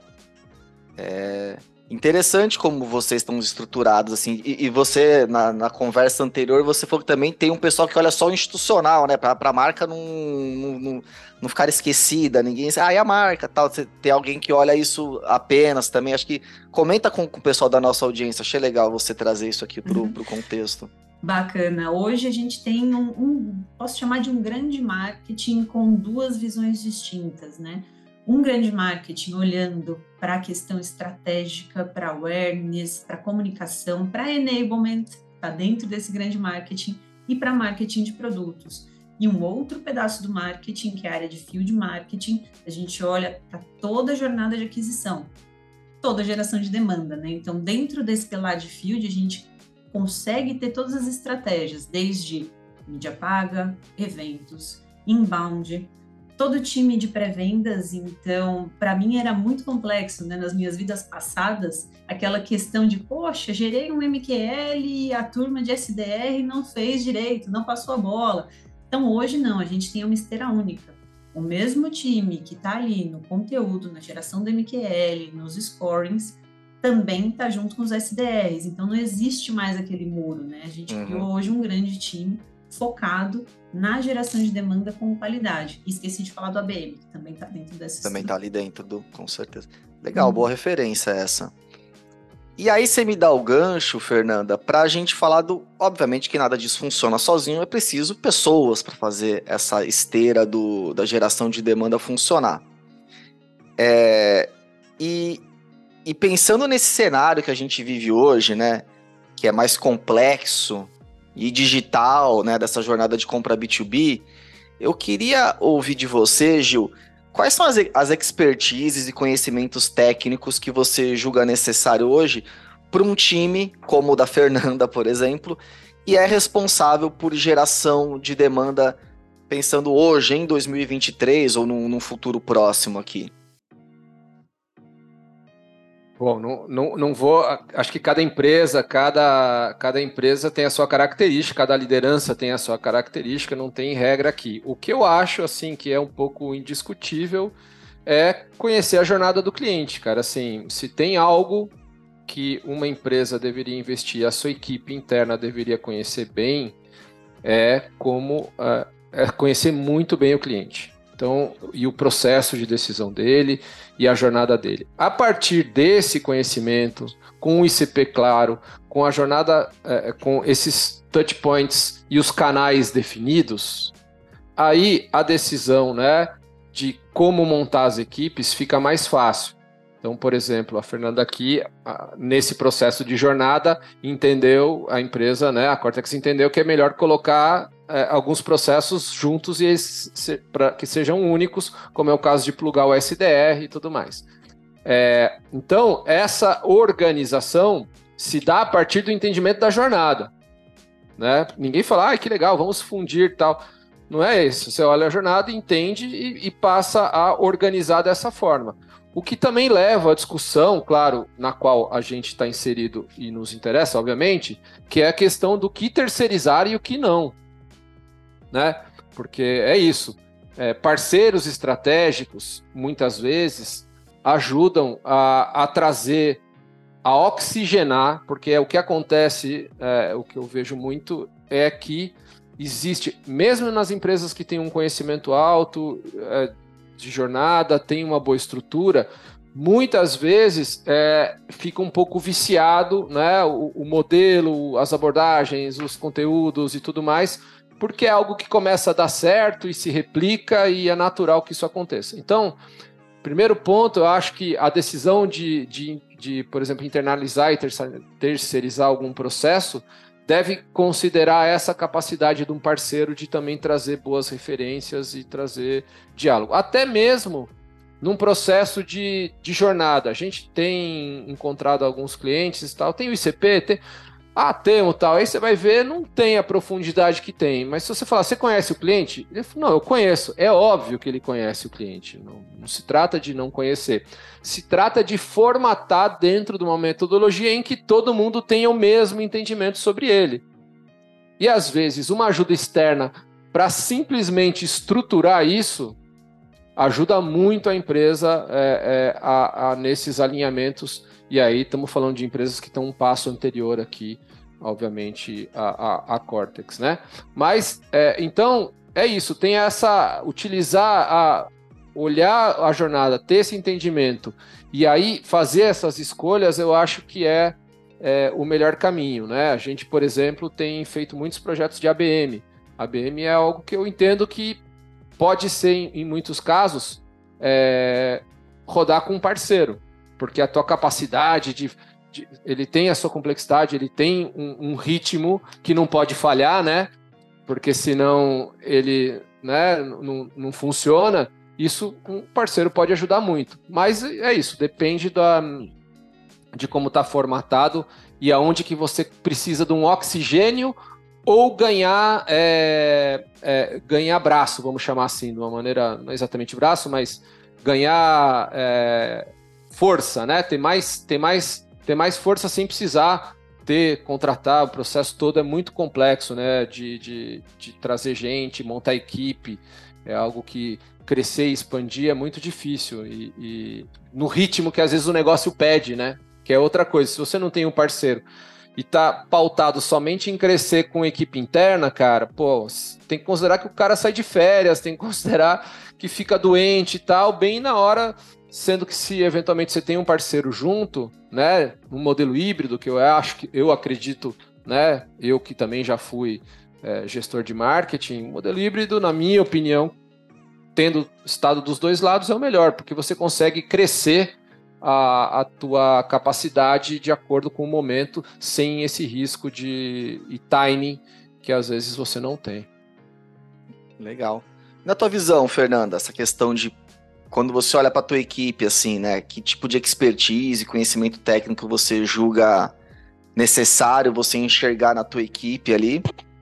É interessante como vocês estão estruturados, assim, e, e você, na, na conversa anterior, você falou que também tem um pessoal que olha só o institucional, né, para a marca não, não, não, não ficar esquecida, ninguém, ah, e a marca, tal, você tem alguém que olha isso apenas também, acho que comenta com, com o pessoal da nossa audiência, achei legal você trazer isso aqui pro, uhum. pro contexto. Bacana, hoje a gente tem um, um, posso chamar de um grande marketing com duas visões distintas, né? Um grande marketing olhando para a questão estratégica, para awareness, para comunicação, para enablement, está dentro desse grande marketing, e para marketing de produtos. E um outro pedaço do marketing, que é a área de field marketing, a gente olha para toda a jornada de aquisição, toda a geração de demanda, né? Então, dentro desse pilar de field, a gente consegue ter todas as estratégias, desde mídia paga, eventos, inbound, todo time de pré-vendas. Então, para mim era muito complexo, né, nas minhas vidas passadas, aquela questão de, poxa, gerei um M Q L e a turma de S D R não fez direito, não passou a bola. Então, hoje não, a gente tem uma esteira única. O mesmo time que está ali no conteúdo, na geração do M Q L, nos scorings, também está junto com os S D Rs. Então, não existe mais aquele muro, né? A gente uhum. criou hoje um grande time focado na geração de demanda com qualidade. E esqueci de falar do A B M, que também está dentro dessa Também está ali dentro, do, com certeza. Legal, hum. boa referência essa. E aí você me dá o gancho, Fernanda, para a gente falar do... Obviamente que nada disso funciona sozinho, é preciso pessoas para fazer essa esteira do, da geração de demanda funcionar. É, e, e pensando nesse cenário que a gente vive hoje, né, que é mais complexo e digital, né, dessa jornada de compra B dois B, eu queria ouvir de você, Gil, quais são as, as expertises e conhecimentos técnicos que você julga necessário hoje para um time como o da Fernanda, por exemplo, e é responsável por geração de demanda pensando hoje, em dois mil e vinte e três, ou num, num futuro próximo aqui? Bom, não, não, não vou. Acho que cada empresa, cada, cada empresa tem a sua característica, cada liderança tem a sua característica, não tem regra aqui. O que eu acho, assim, que é um pouco indiscutível é conhecer a jornada do cliente, cara. Assim, se tem algo que uma empresa deveria investir, a sua equipe interna deveria conhecer bem, é como uh, é conhecer muito bem o cliente. Então, e o processo de decisão dele e a jornada dele. A partir desse conhecimento, com o I C P claro, com a jornada, é, com esses touch points e os canais definidos, aí a decisão, né, de como montar as equipes fica mais fácil. Então, por exemplo, a Fernanda aqui, nesse processo de jornada, entendeu, a empresa, né, a Cortex entendeu que é melhor colocar é, alguns processos juntos e se, para que sejam únicos, como é o caso de plugar o S D R e tudo mais. É, então, essa organização se dá a partir do entendimento da jornada. Né? Ninguém fala, ah, que legal, vamos fundir e tal. Não é isso. Você olha a jornada, entende e, e passa a organizar dessa forma. O que também leva à discussão, claro, na qual a gente está inserido e nos interessa, obviamente, que é a questão do que terceirizar e o que não. Né? Porque é isso. É, parceiros estratégicos, muitas vezes, ajudam a, a trazer, a oxigenar, porque é o que acontece, é, o que eu vejo muito, é que existe, mesmo nas empresas que têm um conhecimento alto, é, de jornada, tem uma boa estrutura, muitas vezes é, fica um pouco viciado, né, o, o modelo, as abordagens, os conteúdos e tudo mais, porque é algo que começa a dar certo e se replica e é natural que isso aconteça. Então, primeiro ponto, eu acho que a decisão de, de, de por exemplo, internalizar e terceirizar algum processo deve considerar essa capacidade de um parceiro de também trazer boas referências e trazer diálogo. Até mesmo num processo de, de jornada. A gente tem encontrado alguns clientes e tal, tem o I C P, tem... Ah, tem o tal. Aí você vai ver, não tem a profundidade que tem. Mas se você falar, você conhece o cliente? Ele fala, não, eu conheço. É óbvio que ele conhece o cliente. Não, não se trata de não conhecer. Se trata de formatar dentro de uma metodologia em que todo mundo tenha o mesmo entendimento sobre ele. E às vezes uma ajuda externa para simplesmente estruturar isso ajuda muito a empresa é, é, a, a, nesses alinhamentos. E aí estamos falando de empresas que estão um passo anterior aqui, obviamente, a, a, a Cortex, né? Mas, é, então, é isso, tem essa, utilizar, a, olhar a jornada, ter esse entendimento, e aí fazer essas escolhas, eu acho que é, é o melhor caminho, né? A gente, por exemplo, tem feito muitos projetos de A B M. A B M é algo que eu entendo que pode ser, em, em muitos casos, é, rodar com um parceiro, porque a tua capacidade de, de... Ele tem a sua complexidade, ele tem um, um ritmo que não pode falhar, né? Porque senão ele, né, não, não funciona. Isso um parceiro pode ajudar muito. Mas é isso, depende da, de como está formatado e aonde que você precisa de um oxigênio ou ganhar, é, é, ganhar braço, vamos chamar assim, de uma maneira, não exatamente braço, mas ganhar... É, força, né? Tem mais, tem mais, tem mais força sem precisar ter, contratar, o processo todo é muito complexo, né? De, de, de trazer gente, montar equipe, é algo que crescer e expandir é muito difícil e, e no ritmo que às vezes o negócio pede, né? Que é outra coisa. Se você não tem um parceiro e tá pautado somente em crescer com equipe interna, cara, pô, tem que considerar que o cara sai de férias, tem que considerar que fica doente e tal, bem na hora. Sendo que se eventualmente você tem um parceiro junto, né, um modelo híbrido, que eu acho que eu acredito, né, eu que também já fui é, gestor de marketing, um modelo híbrido, na minha opinião, tendo estado dos dois lados, é o melhor, porque você consegue crescer a, a tua capacidade de acordo com o momento, sem esse risco de e timing que às vezes você não tem. Legal. Na tua visão, Fernanda, essa questão de quando você olha para a tua equipe, assim, né, que tipo de expertise, conhecimento técnico você julga necessário você enxergar na tua equipe ali?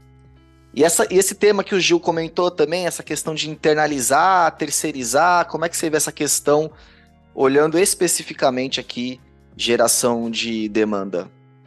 E essa, esse tema que o Gil comentou também, essa questão de internalizar, terceirizar, como é que você vê essa questão, olhando especificamente aqui geração de demanda?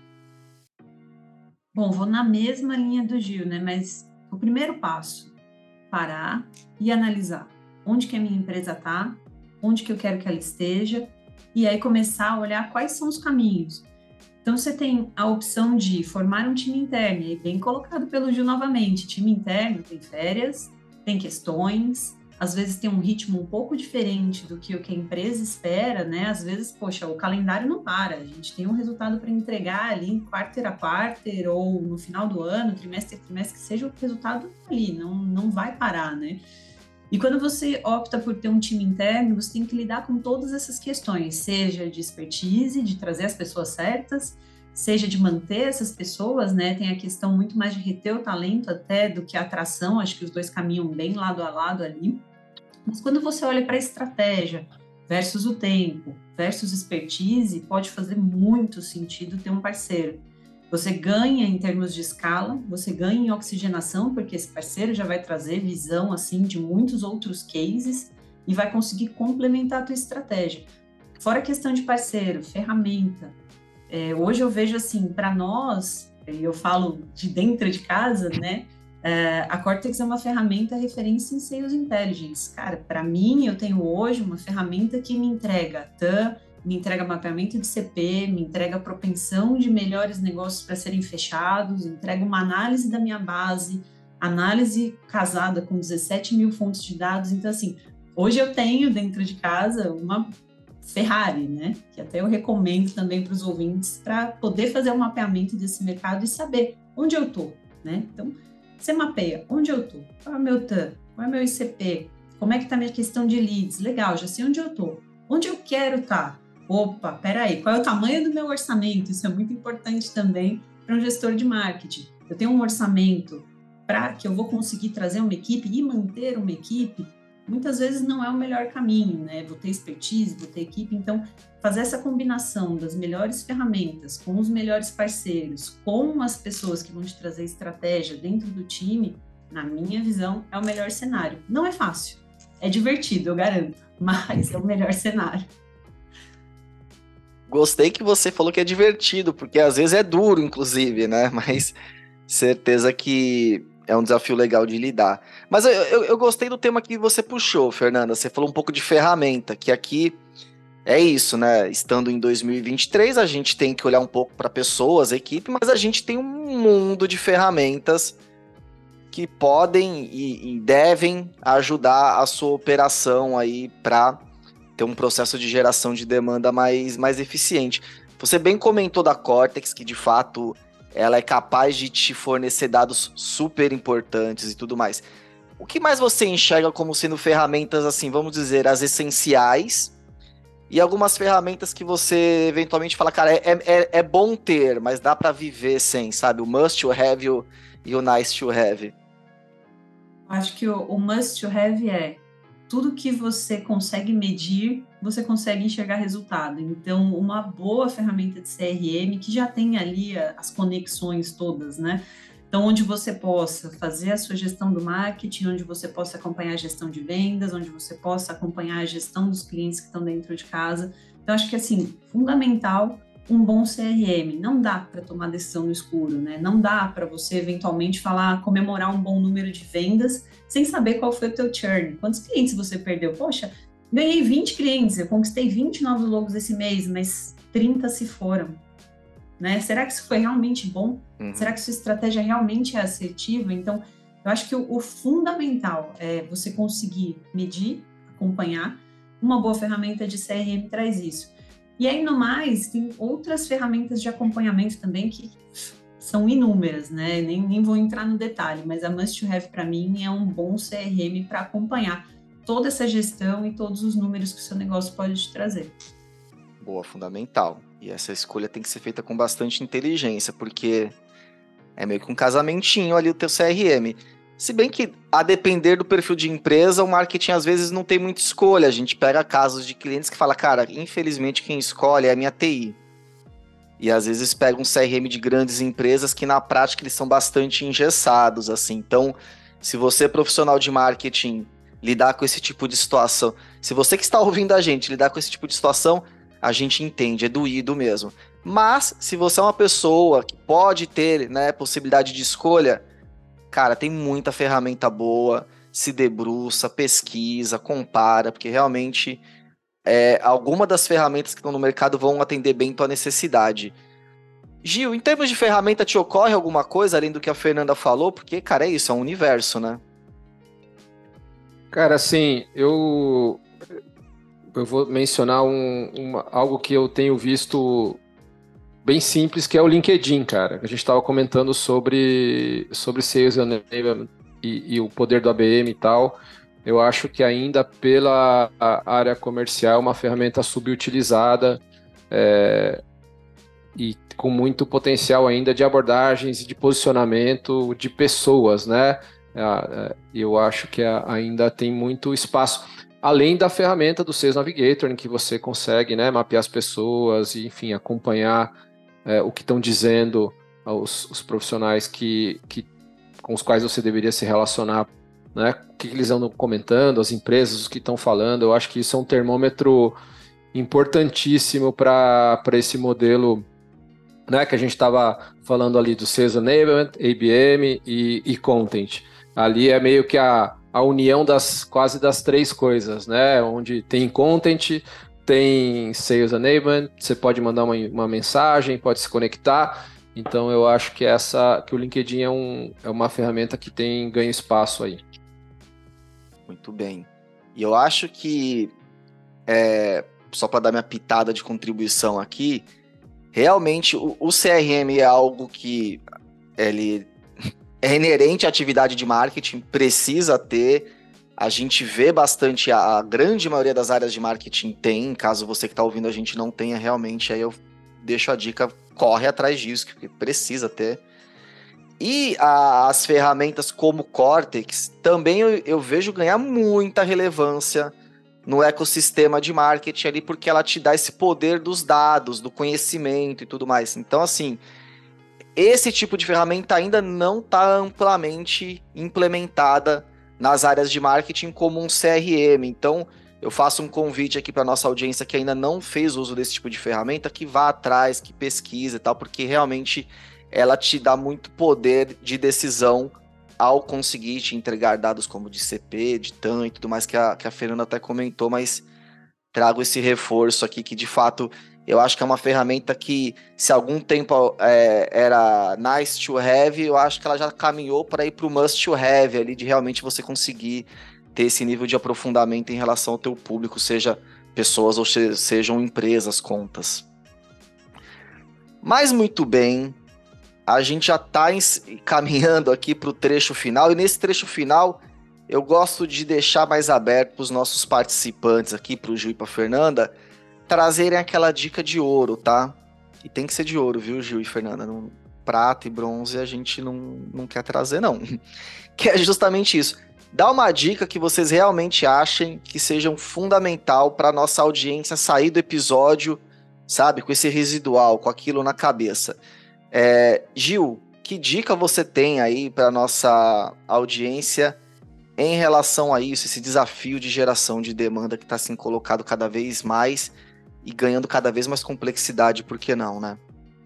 Bom, vou na mesma linha do Gil, né? Mas o primeiro passo, parar e analisar onde que a minha empresa está, onde que eu quero que ela esteja, e aí começar a olhar quais são os caminhos. Então, você tem a opção de formar um time interno, e bem colocado pelo Gil novamente, time interno tem férias, tem questões, às vezes tem um ritmo um pouco diferente do que o que a empresa espera, né? Às vezes, poxa, o calendário não para, a gente tem um resultado para entregar ali, quarter a quarter, ou no final do ano, trimestre a trimestre, que seja o resultado ali, não, não vai parar, né? E quando você opta por ter um time interno, você tem que lidar com todas essas questões, seja de expertise, de trazer as pessoas certas, seja de manter essas pessoas, né? Tem a questão muito mais de reter o talento até do que a atração, acho que os dois caminham bem lado a lado ali. Mas quando você olha para a estratégia versus o tempo, versus expertise, pode fazer muito sentido ter um parceiro. Você ganha em termos de escala, você ganha em oxigenação, porque esse parceiro já vai trazer visão assim de muitos outros cases e vai conseguir complementar a tua estratégia. Fora a questão de parceiro, ferramenta. É, hoje eu vejo assim, para nós, e eu falo de dentro de casa, né? É, a Cortex é uma ferramenta referência em Sales Intelligence. Cara, para mim, eu tenho hoje uma ferramenta que me entrega T A M, me entrega mapeamento de C P, me entrega propensão de melhores negócios para serem fechados, entrega uma análise da minha base, análise casada com dezessete mil fontes de dados. Então, assim, hoje eu tenho dentro de casa uma Ferrari, né? Que até eu recomendo também para os ouvintes para poder fazer um mapeamento desse mercado e saber onde eu tô, né? Então, você mapeia onde eu tô, qual é o meu T A M, qual é o meu I C P, como é que tá a minha questão de leads, legal, já sei onde eu tô, onde eu quero estar. Opa, peraí, qual é o tamanho do meu orçamento? Isso é muito importante também para um gestor de marketing. Eu tenho um orçamento para que eu vou conseguir trazer uma equipe e manter uma equipe, muitas vezes não é o melhor caminho, né? Vou ter expertise, vou ter equipe, então fazer essa combinação das melhores ferramentas com os melhores parceiros, com as pessoas que vão te trazer estratégia dentro do time, na minha visão, é o melhor cenário. Não é fácil, é divertido, eu garanto, mas é o melhor cenário. Gostei que você falou que é divertido, porque às vezes é duro, inclusive, né? Mas certeza que é um desafio legal de lidar. Mas eu, eu, eu gostei do tema que você puxou, Fernanda. Você falou um pouco de ferramenta, que aqui é isso, né? Estando em dois mil e vinte e três, a gente tem que olhar um pouco para pessoas, equipe, mas a gente tem um mundo de ferramentas que podem e, e devem ajudar a sua operação aí para ter um processo de geração de demanda mais, mais eficiente. Você bem comentou da Cortex, que de fato ela é capaz de te fornecer dados super importantes e tudo mais. O que mais você enxerga como sendo ferramentas, assim, vamos dizer, as essenciais, e algumas ferramentas que você eventualmente fala, cara, é, é, é bom ter, mas dá para viver sem, sabe? O must to have e o, e o nice to have. Acho que o, o must to have é tudo que você consegue medir, você consegue enxergar resultado. Então, uma boa ferramenta de C R M que já tem ali as conexões todas, né? Então, onde você possa fazer a sua gestão do marketing, onde você possa acompanhar a gestão de vendas, onde você possa acompanhar a gestão dos clientes que estão dentro de casa. Então, acho que, assim, fundamental um bom C R M. Não dá para tomar decisão no escuro, né? Não dá para você, eventualmente, falar, comemorar um bom número de vendas sem saber qual foi o teu churn. Quantos clientes você perdeu? Poxa, ganhei vinte clientes, eu conquistei vinte novos logos esse mês, mas trinta se foram. Né? Será que isso foi realmente bom? Uhum. Será que sua estratégia realmente é assertiva? Então, eu acho que o, o fundamental é você conseguir medir, acompanhar. Uma boa ferramenta de C R M traz isso. E aí, no mais, tem outras ferramentas de acompanhamento também que são inúmeras, né? Nem, nem vou entrar no detalhe, mas a Must to Have, para mim, é um bom C R M para acompanhar toda essa gestão e todos os números que o seu negócio pode te trazer. Boa, fundamental. E essa escolha tem que ser feita com bastante inteligência, porque é meio que um casamentinho ali o teu C R M. Se bem que, a depender do perfil de empresa, o marketing às vezes não tem muita escolha. A gente pega casos de clientes que falam, cara, infelizmente quem escolhe é a minha T I. E às vezes pega um C R M de grandes empresas que na prática eles são bastante engessados, assim. Então, se você é profissional de marketing, lidar com esse tipo de situação, se você que está ouvindo a gente lidar com esse tipo de situação, a gente entende, é doído mesmo. Mas, se você é uma pessoa que pode ter, né, possibilidade de escolha, cara, tem muita ferramenta boa, se debruça, pesquisa, compara, porque realmente é, alguma das ferramentas que estão no mercado vão atender bem tua necessidade. Gil, em termos de ferramenta, te ocorre alguma coisa além do que a Fernanda falou? Porque, cara, é isso, é um universo, né? Cara, assim, eu, eu vou mencionar um, uma, algo que eu tenho visto bem simples, que é o LinkedIn, cara. A gente estava comentando sobre, sobre Sales Enablement e, e o poder do A B M e tal. Eu acho que ainda pela área comercial é uma ferramenta subutilizada, é, e com muito potencial ainda de abordagens e de posicionamento de pessoas, né? Eu acho que ainda tem muito espaço. Além da ferramenta do Sales Navigator, em que você consegue, né, mapear as pessoas e, enfim, acompanhar é, o que estão dizendo os, os profissionais que, que, com os quais você deveria se relacionar, né? O que, que eles andam comentando, as empresas, os que estão falando. Eu acho que isso é um termômetro importantíssimo para esse modelo, né, que a gente estava falando ali do Sales Enablement, A B M e, e Content. Ali é meio que a, a união das quase das três coisas, né? Onde tem Content, tem Sales Enablement, você pode mandar uma, uma mensagem, pode se conectar. Então eu acho que essa que o LinkedIn é, um, é uma ferramenta que tem ganho espaço aí. Muito bem. E eu acho que, é, só para dar minha pitada de contribuição aqui, realmente o, o C R M é algo que ele é inerente à atividade de marketing, precisa ter. A gente vê bastante, a, a grande maioria das áreas de marketing tem. Caso você que está ouvindo a gente não tenha realmente, aí eu deixo a dica, corre atrás disso, porque precisa ter. E a, as ferramentas como Cortex também eu, eu vejo ganhar muita relevância no ecossistema de marketing ali, porque ela te dá esse poder dos dados, do conhecimento e tudo mais. Então, assim, esse tipo de ferramenta ainda não está amplamente implementada nas áreas de marketing como um C R M. Então, eu faço um convite aqui para nossa audiência que ainda não fez uso desse tipo de ferramenta, que vá atrás, que pesquise e tal, porque realmente ela te dá muito poder de decisão ao conseguir te entregar dados como de C P, de T A M e tudo mais que a, que a Fernanda até comentou, mas trago esse reforço aqui que de fato eu acho que é uma ferramenta que se algum tempo é, era nice to have, eu acho que ela já caminhou para ir para o must to have ali, de realmente você conseguir ter esse nível de aprofundamento em relação ao teu público, seja pessoas ou se, sejam empresas, contas. Mas muito bem, a gente já está caminhando aqui para o trecho final, e nesse trecho final eu gosto de deixar mais aberto para os nossos participantes aqui, para o Gil e para a Fernanda, trazerem aquela dica de ouro, tá? E tem que ser de ouro, viu, Gil e Fernanda? Não, prata e bronze a gente não, não quer trazer, não. Que é justamente isso. Dá uma dica que vocês realmente achem que sejam fundamental para nossa audiência sair do episódio, sabe? Com esse residual, com aquilo na cabeça. É, Gil, que dica você tem aí para nossa audiência em relação a isso, esse desafio de geração de demanda que está sendo colocado cada vez mais e ganhando cada vez mais complexidade, por que não, né?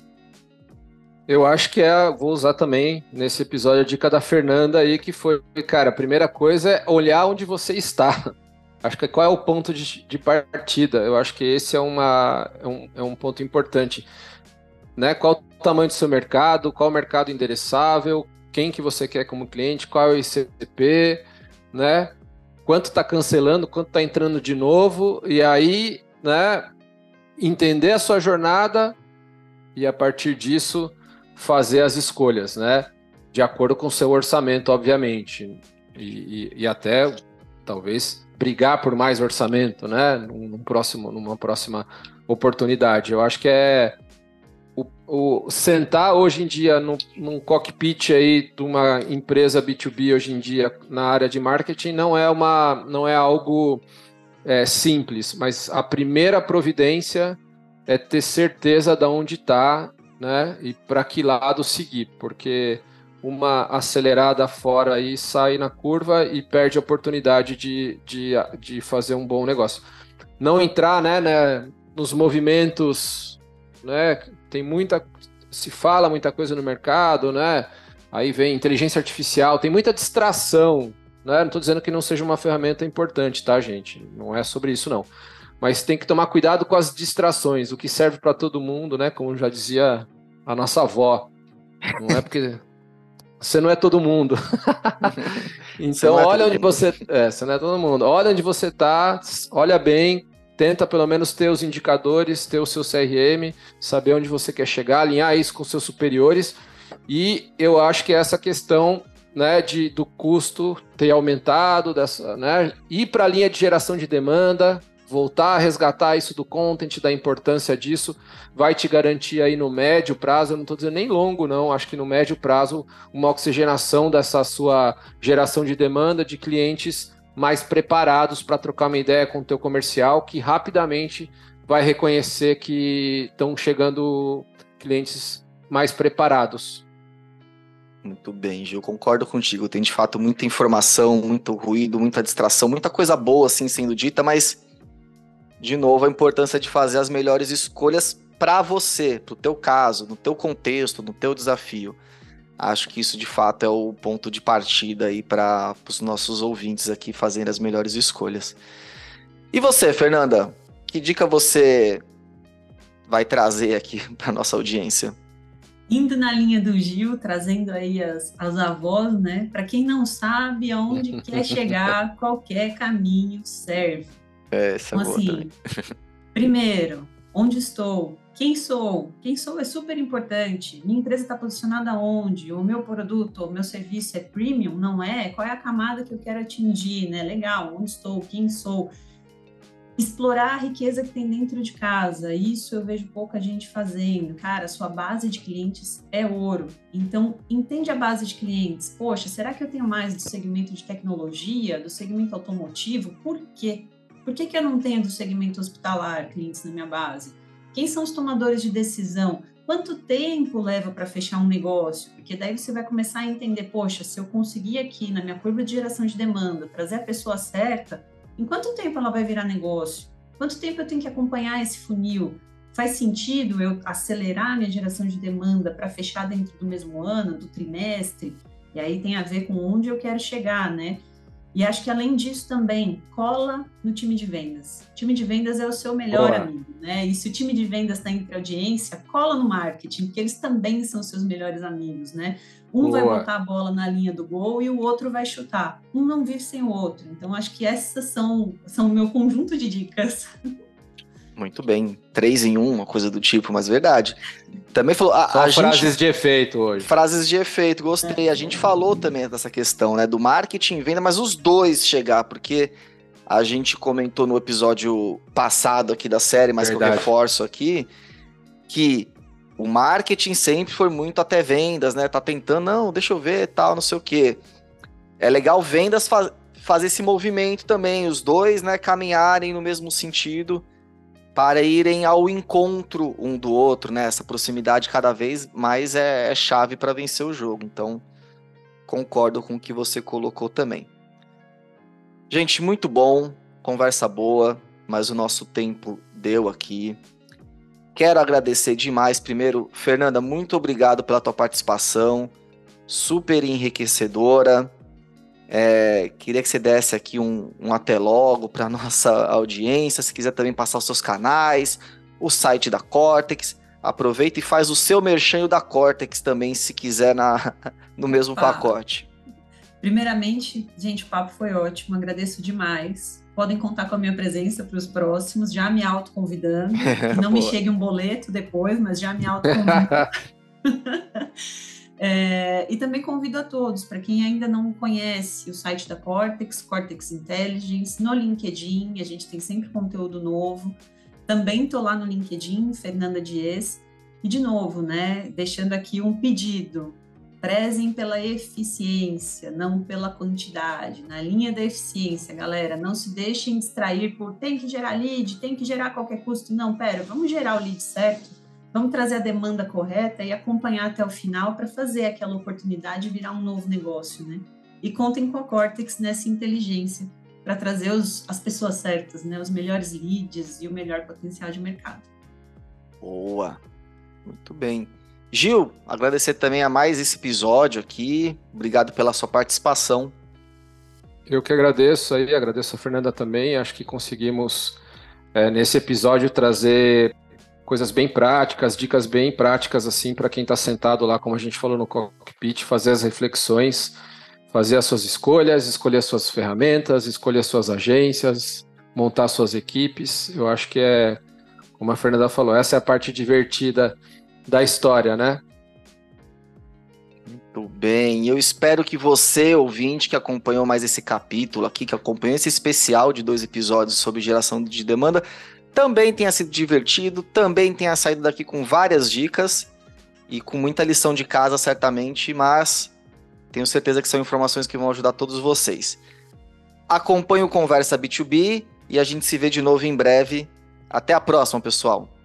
Eu acho que é, vou usar também nesse episódio a dica da Fernanda aí, que foi, cara, a primeira coisa é olhar onde você está. Acho que qual é o ponto de, de partida? Eu acho que esse é, uma, é, um, é um ponto importante. Né? Qual o tamanho do seu mercado, qual o mercado endereçável, quem que você quer como cliente, qual é o I C P, né? Quanto está cancelando, quanto está entrando de novo, e aí, né, entender a sua jornada e a partir disso fazer as escolhas, né? De acordo com o seu orçamento, obviamente, e, e, e até talvez brigar por mais orçamento, né? Num próximo, numa próxima oportunidade. Eu acho que é O, o, sentar hoje em dia no, num cockpit aí de uma empresa B dois B hoje em dia na área de marketing não é, uma, não é algo é, simples, mas a primeira providência é ter certeza de onde está, né, e para que lado seguir, porque uma acelerada fora aí sai na curva e perde a oportunidade de, de, de fazer um bom negócio. Não entrar, né, né nos movimentos, né? Tem muita, se fala muita coisa no mercado, né? Aí vem inteligência artificial, tem muita distração, né? Não estou dizendo que não seja uma ferramenta importante, tá, gente? Não é sobre isso, não. Mas tem que tomar cuidado com as distrações, o que serve para todo mundo, né? Como já dizia a nossa avó. Não é porque você não é todo mundo. Então, é olha onde mundo. você... É, você não é todo mundo. Olha onde você está, olha bem, tenta pelo menos ter os indicadores, ter o seu C R M, saber onde você quer chegar, alinhar isso com seus superiores. E eu acho que essa questão, né, de, do custo ter aumentado, dessa, né, ir para a linha de geração de demanda, voltar a resgatar isso do content, da importância disso, vai te garantir aí no médio prazo, eu não estou dizendo nem longo não, acho que no médio prazo, uma oxigenação dessa sua geração de demanda de clientes mais preparados para trocar uma ideia com o teu comercial, que rapidamente vai reconhecer que estão chegando clientes mais preparados. Muito bem, Gil, concordo contigo, tem de fato muita informação, muito ruído, muita distração, muita coisa boa assim sendo dita, mas de novo a importância de fazer as melhores escolhas para você, para o teu caso, no teu contexto, no teu desafio. Acho que isso de fato é o ponto de partida aí para os nossos ouvintes aqui fazerem as melhores escolhas. E você, Fernanda, que dica você vai trazer aqui para nossa audiência? Indo na linha do Gil, trazendo aí as, as avós, né? Para quem não sabe aonde quer chegar, qualquer caminho serve. É, essa então, é boa assim, também. Primeiro, onde estou? Quem sou? Quem sou é super importante. Minha empresa está posicionada onde? O meu produto, o meu serviço é premium? Não é? Qual é a camada que eu quero atingir, né? Legal, onde estou? Quem sou? Explorar a riqueza que tem dentro de casa, isso eu vejo pouca gente fazendo. Cara, sua base de clientes é ouro. Então, entende a base de clientes. Poxa, será que eu tenho mais do segmento de tecnologia, do segmento automotivo? Por quê? Por que que eu não tenho do segmento hospitalar clientes na minha base? Quem são os tomadores de decisão? Quanto tempo leva para fechar um negócio? Porque daí você vai começar a entender, poxa, se eu conseguir aqui na minha curva de geração de demanda trazer a pessoa certa, em quanto tempo ela vai virar negócio? Quanto tempo eu tenho que acompanhar esse funil? Faz sentido eu acelerar a minha geração de demanda para fechar dentro do mesmo ano, do trimestre? E aí tem a ver com onde eu quero chegar, né? E acho que além disso também, cola no time de vendas. O time de vendas é o seu melhor Boa. amigo, né? E se o time de vendas está entre audiência, cola no marketing, porque eles também são seus melhores amigos, né? Um Boa. vai botar a bola na linha do gol e o outro vai chutar. Um não vive sem o outro. Então, acho que essas são, são o meu conjunto de dicas. Muito bem. Três em um, uma coisa do tipo, mas verdade. Também falou... A, Só a frases gente... de efeito hoje. Frases de efeito, gostei. É. A gente falou também dessa questão, né? Do marketing e venda, mas os dois chegar, porque a gente comentou no episódio passado aqui da série, mas verdade. Que eu reforço aqui, que o marketing sempre foi muito até vendas, né? Tá tentando, não, deixa eu ver, tal, não sei o quê. É legal vendas fa- fazer esse movimento também, os dois, né, caminharem no mesmo sentido para irem ao encontro um do outro, né? Essa proximidade cada vez mais é, é chave para vencer o jogo. Então, concordo com o que você colocou também. Gente, muito bom, conversa boa, mas o nosso tempo deu aqui. Quero agradecer demais, primeiro, Fernanda, muito obrigado pela tua participação, super enriquecedora. É, queria que você desse aqui um, um até logo para nossa audiência, se quiser também passar os seus canais, o site da Cortex, aproveita e faz o seu merchan da Cortex também, se quiser, na, no mesmo Opa. pacote. Primeiramente, gente, o papo foi ótimo, agradeço demais. Podem contar com a minha presença para os próximos, já me autoconvidando, que não me chegue um boleto depois, mas já me autoconvidando. É, e também convido a todos, para quem ainda não conhece o site da Cortex, Cortex Intelligence, no LinkedIn, a gente tem sempre conteúdo novo. Também estou lá no LinkedIn, Fernanda Dias. E, de novo, né, deixando aqui um pedido. Prezem pela eficiência, não pela quantidade. Na linha da eficiência, galera, não se deixem distrair por tem que gerar lead, tem que gerar a qualquer custo. Não, pera, vamos gerar o lead certo. Vamos trazer a demanda correta e acompanhar até o final para fazer aquela oportunidade virar um novo negócio, né? E contem com a Cortex nessa inteligência para trazer os, as pessoas certas, né? Os melhores leads e o melhor potencial de mercado. Boa, muito bem. Gil, agradecer também a mais esse episódio aqui. Obrigado pela sua participação. Eu que agradeço aí, agradeço a Fernanda também. Acho que conseguimos, é, nesse episódio, trazer coisas bem práticas, dicas bem práticas, assim, para quem está sentado lá, como a gente falou no cockpit, fazer as reflexões, fazer as suas escolhas, escolher as suas ferramentas, escolher as suas agências, montar suas equipes. Eu acho que é, como a Fernanda falou, essa é a parte divertida da história, né? Muito bem, eu espero que você, ouvinte, que acompanhou mais esse capítulo aqui, que acompanhou esse especial de dois episódios sobre geração de demanda, também tenha sido divertido, também tenha saído daqui com várias dicas e com muita lição de casa, certamente, mas tenho certeza que são informações que vão ajudar todos vocês. Acompanhe o Conversa B dois B e a gente se vê de novo em breve. Até a próxima, pessoal!